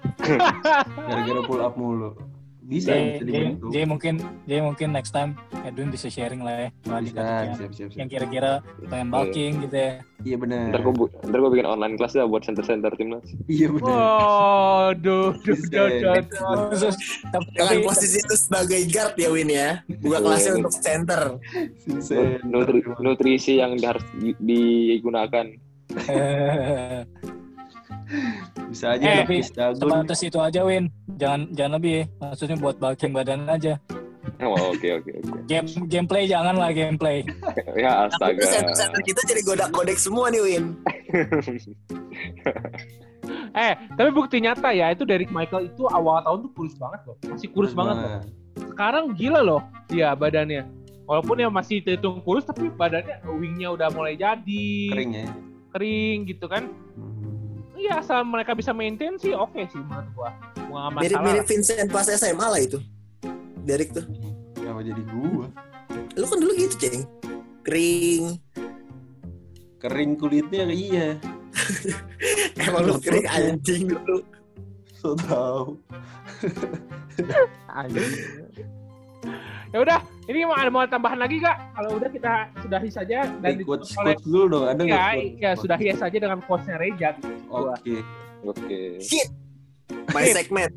[SPEAKER 3] Gara-gara pull up mulu. Bisa,
[SPEAKER 5] Jadi,
[SPEAKER 3] bisa
[SPEAKER 5] jadi,
[SPEAKER 3] dibantu.
[SPEAKER 5] jadi mungkin jadi mungkin next time Edwin bisa sharing lah ya soal
[SPEAKER 3] Bisa,
[SPEAKER 5] adik-adiknya
[SPEAKER 3] bisa, bisa, bisa.
[SPEAKER 5] yang kira-kira pengen bulking gitu ya.
[SPEAKER 3] Iya benar.
[SPEAKER 2] Ntar gue ntar gue bikin online kelas dah buat center-center timnas.
[SPEAKER 3] Iya benar.
[SPEAKER 1] Oh, duh, duh,
[SPEAKER 3] Bisa.
[SPEAKER 1] duh, duh, duh.
[SPEAKER 5] Khusus tapi,
[SPEAKER 6] Dengan
[SPEAKER 5] tapi
[SPEAKER 6] posisi itu sebagai guard ya, Win ya. Buka
[SPEAKER 2] Iya,
[SPEAKER 6] kelasnya
[SPEAKER 2] Win.
[SPEAKER 6] untuk center.
[SPEAKER 3] Vincent.
[SPEAKER 2] Nutri, nutrisi yang harus di- digunakan.
[SPEAKER 3] Bisa aja
[SPEAKER 5] Eh,
[SPEAKER 3] lebih dagun.
[SPEAKER 5] sebatas itu aja Win, jangan jangan lebih ya. Maksudnya buat bulking badan aja.
[SPEAKER 2] Oh, oke oke oke.
[SPEAKER 5] Game gameplay jangan lah gameplay.
[SPEAKER 2] Ya
[SPEAKER 6] Tapi
[SPEAKER 2] astaga.
[SPEAKER 6] center-center kita jadi godak-godek semua nih, Win.
[SPEAKER 1] Eh, tapi bukti nyata ya itu Derek Michael itu awal tahun tuh kurus banget loh. Masih kurus banget loh. Sekarang gila loh dia badannya. Walaupun ya masih terhitung kurus tapi badannya wingnya udah mulai jadi.
[SPEAKER 3] Kering ya.
[SPEAKER 1] Kering gitu kan.
[SPEAKER 3] Hmm.
[SPEAKER 1] Iya, asal mereka bisa maintain sih oke sih menurut gua. Nggak masalah.
[SPEAKER 6] Mirip-mirip Vincent pas S M A lah itu. Derek tuh.
[SPEAKER 3] Kenapa jadi gua?
[SPEAKER 6] Lu kan dulu gitu, Ceng. Kering.
[SPEAKER 3] Kering kulitnya iya.
[SPEAKER 6] Emang lu kering anjing dulu.
[SPEAKER 3] So tau.
[SPEAKER 1] Anjing. Ya udah, Ini mau ada mau tambahan lagi gak? Kalau udah kita sudahi saja dan
[SPEAKER 3] Hey, quotes,
[SPEAKER 1] oleh
[SPEAKER 3] quotes dulu dong, ada nggak
[SPEAKER 1] ya,
[SPEAKER 3] quotes?
[SPEAKER 1] ya sudahi saja dengan quotes-nya Reja gitu.
[SPEAKER 3] Oke.
[SPEAKER 2] Oke.
[SPEAKER 6] Shit. My segment.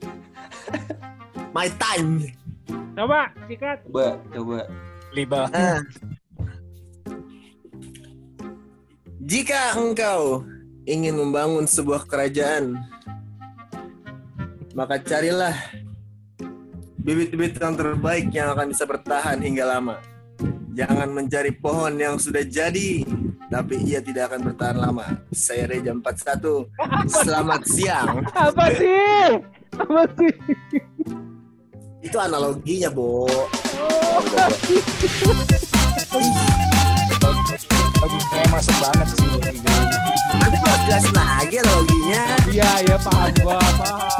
[SPEAKER 6] My time.
[SPEAKER 1] Coba sikat.
[SPEAKER 3] Coba, coba.
[SPEAKER 5] Liba.
[SPEAKER 6] Ah. Jika engkau ingin membangun sebuah kerajaan, maka carilah bibit-bibit yang terbaik yang akan bisa bertahan hingga lama. Jangan mencari pohon yang sudah jadi, tapi ia tidak akan bertahan lama. Saya Reja empat puluh satu. Selamat siang.
[SPEAKER 1] Apa sih? Apa sih?
[SPEAKER 6] Itu analoginya, Bo.
[SPEAKER 5] Logikanya masuk banget sih.
[SPEAKER 6] Nanti kalau jelasin lagi analoginya.
[SPEAKER 1] Iya, ya paham gua, paham.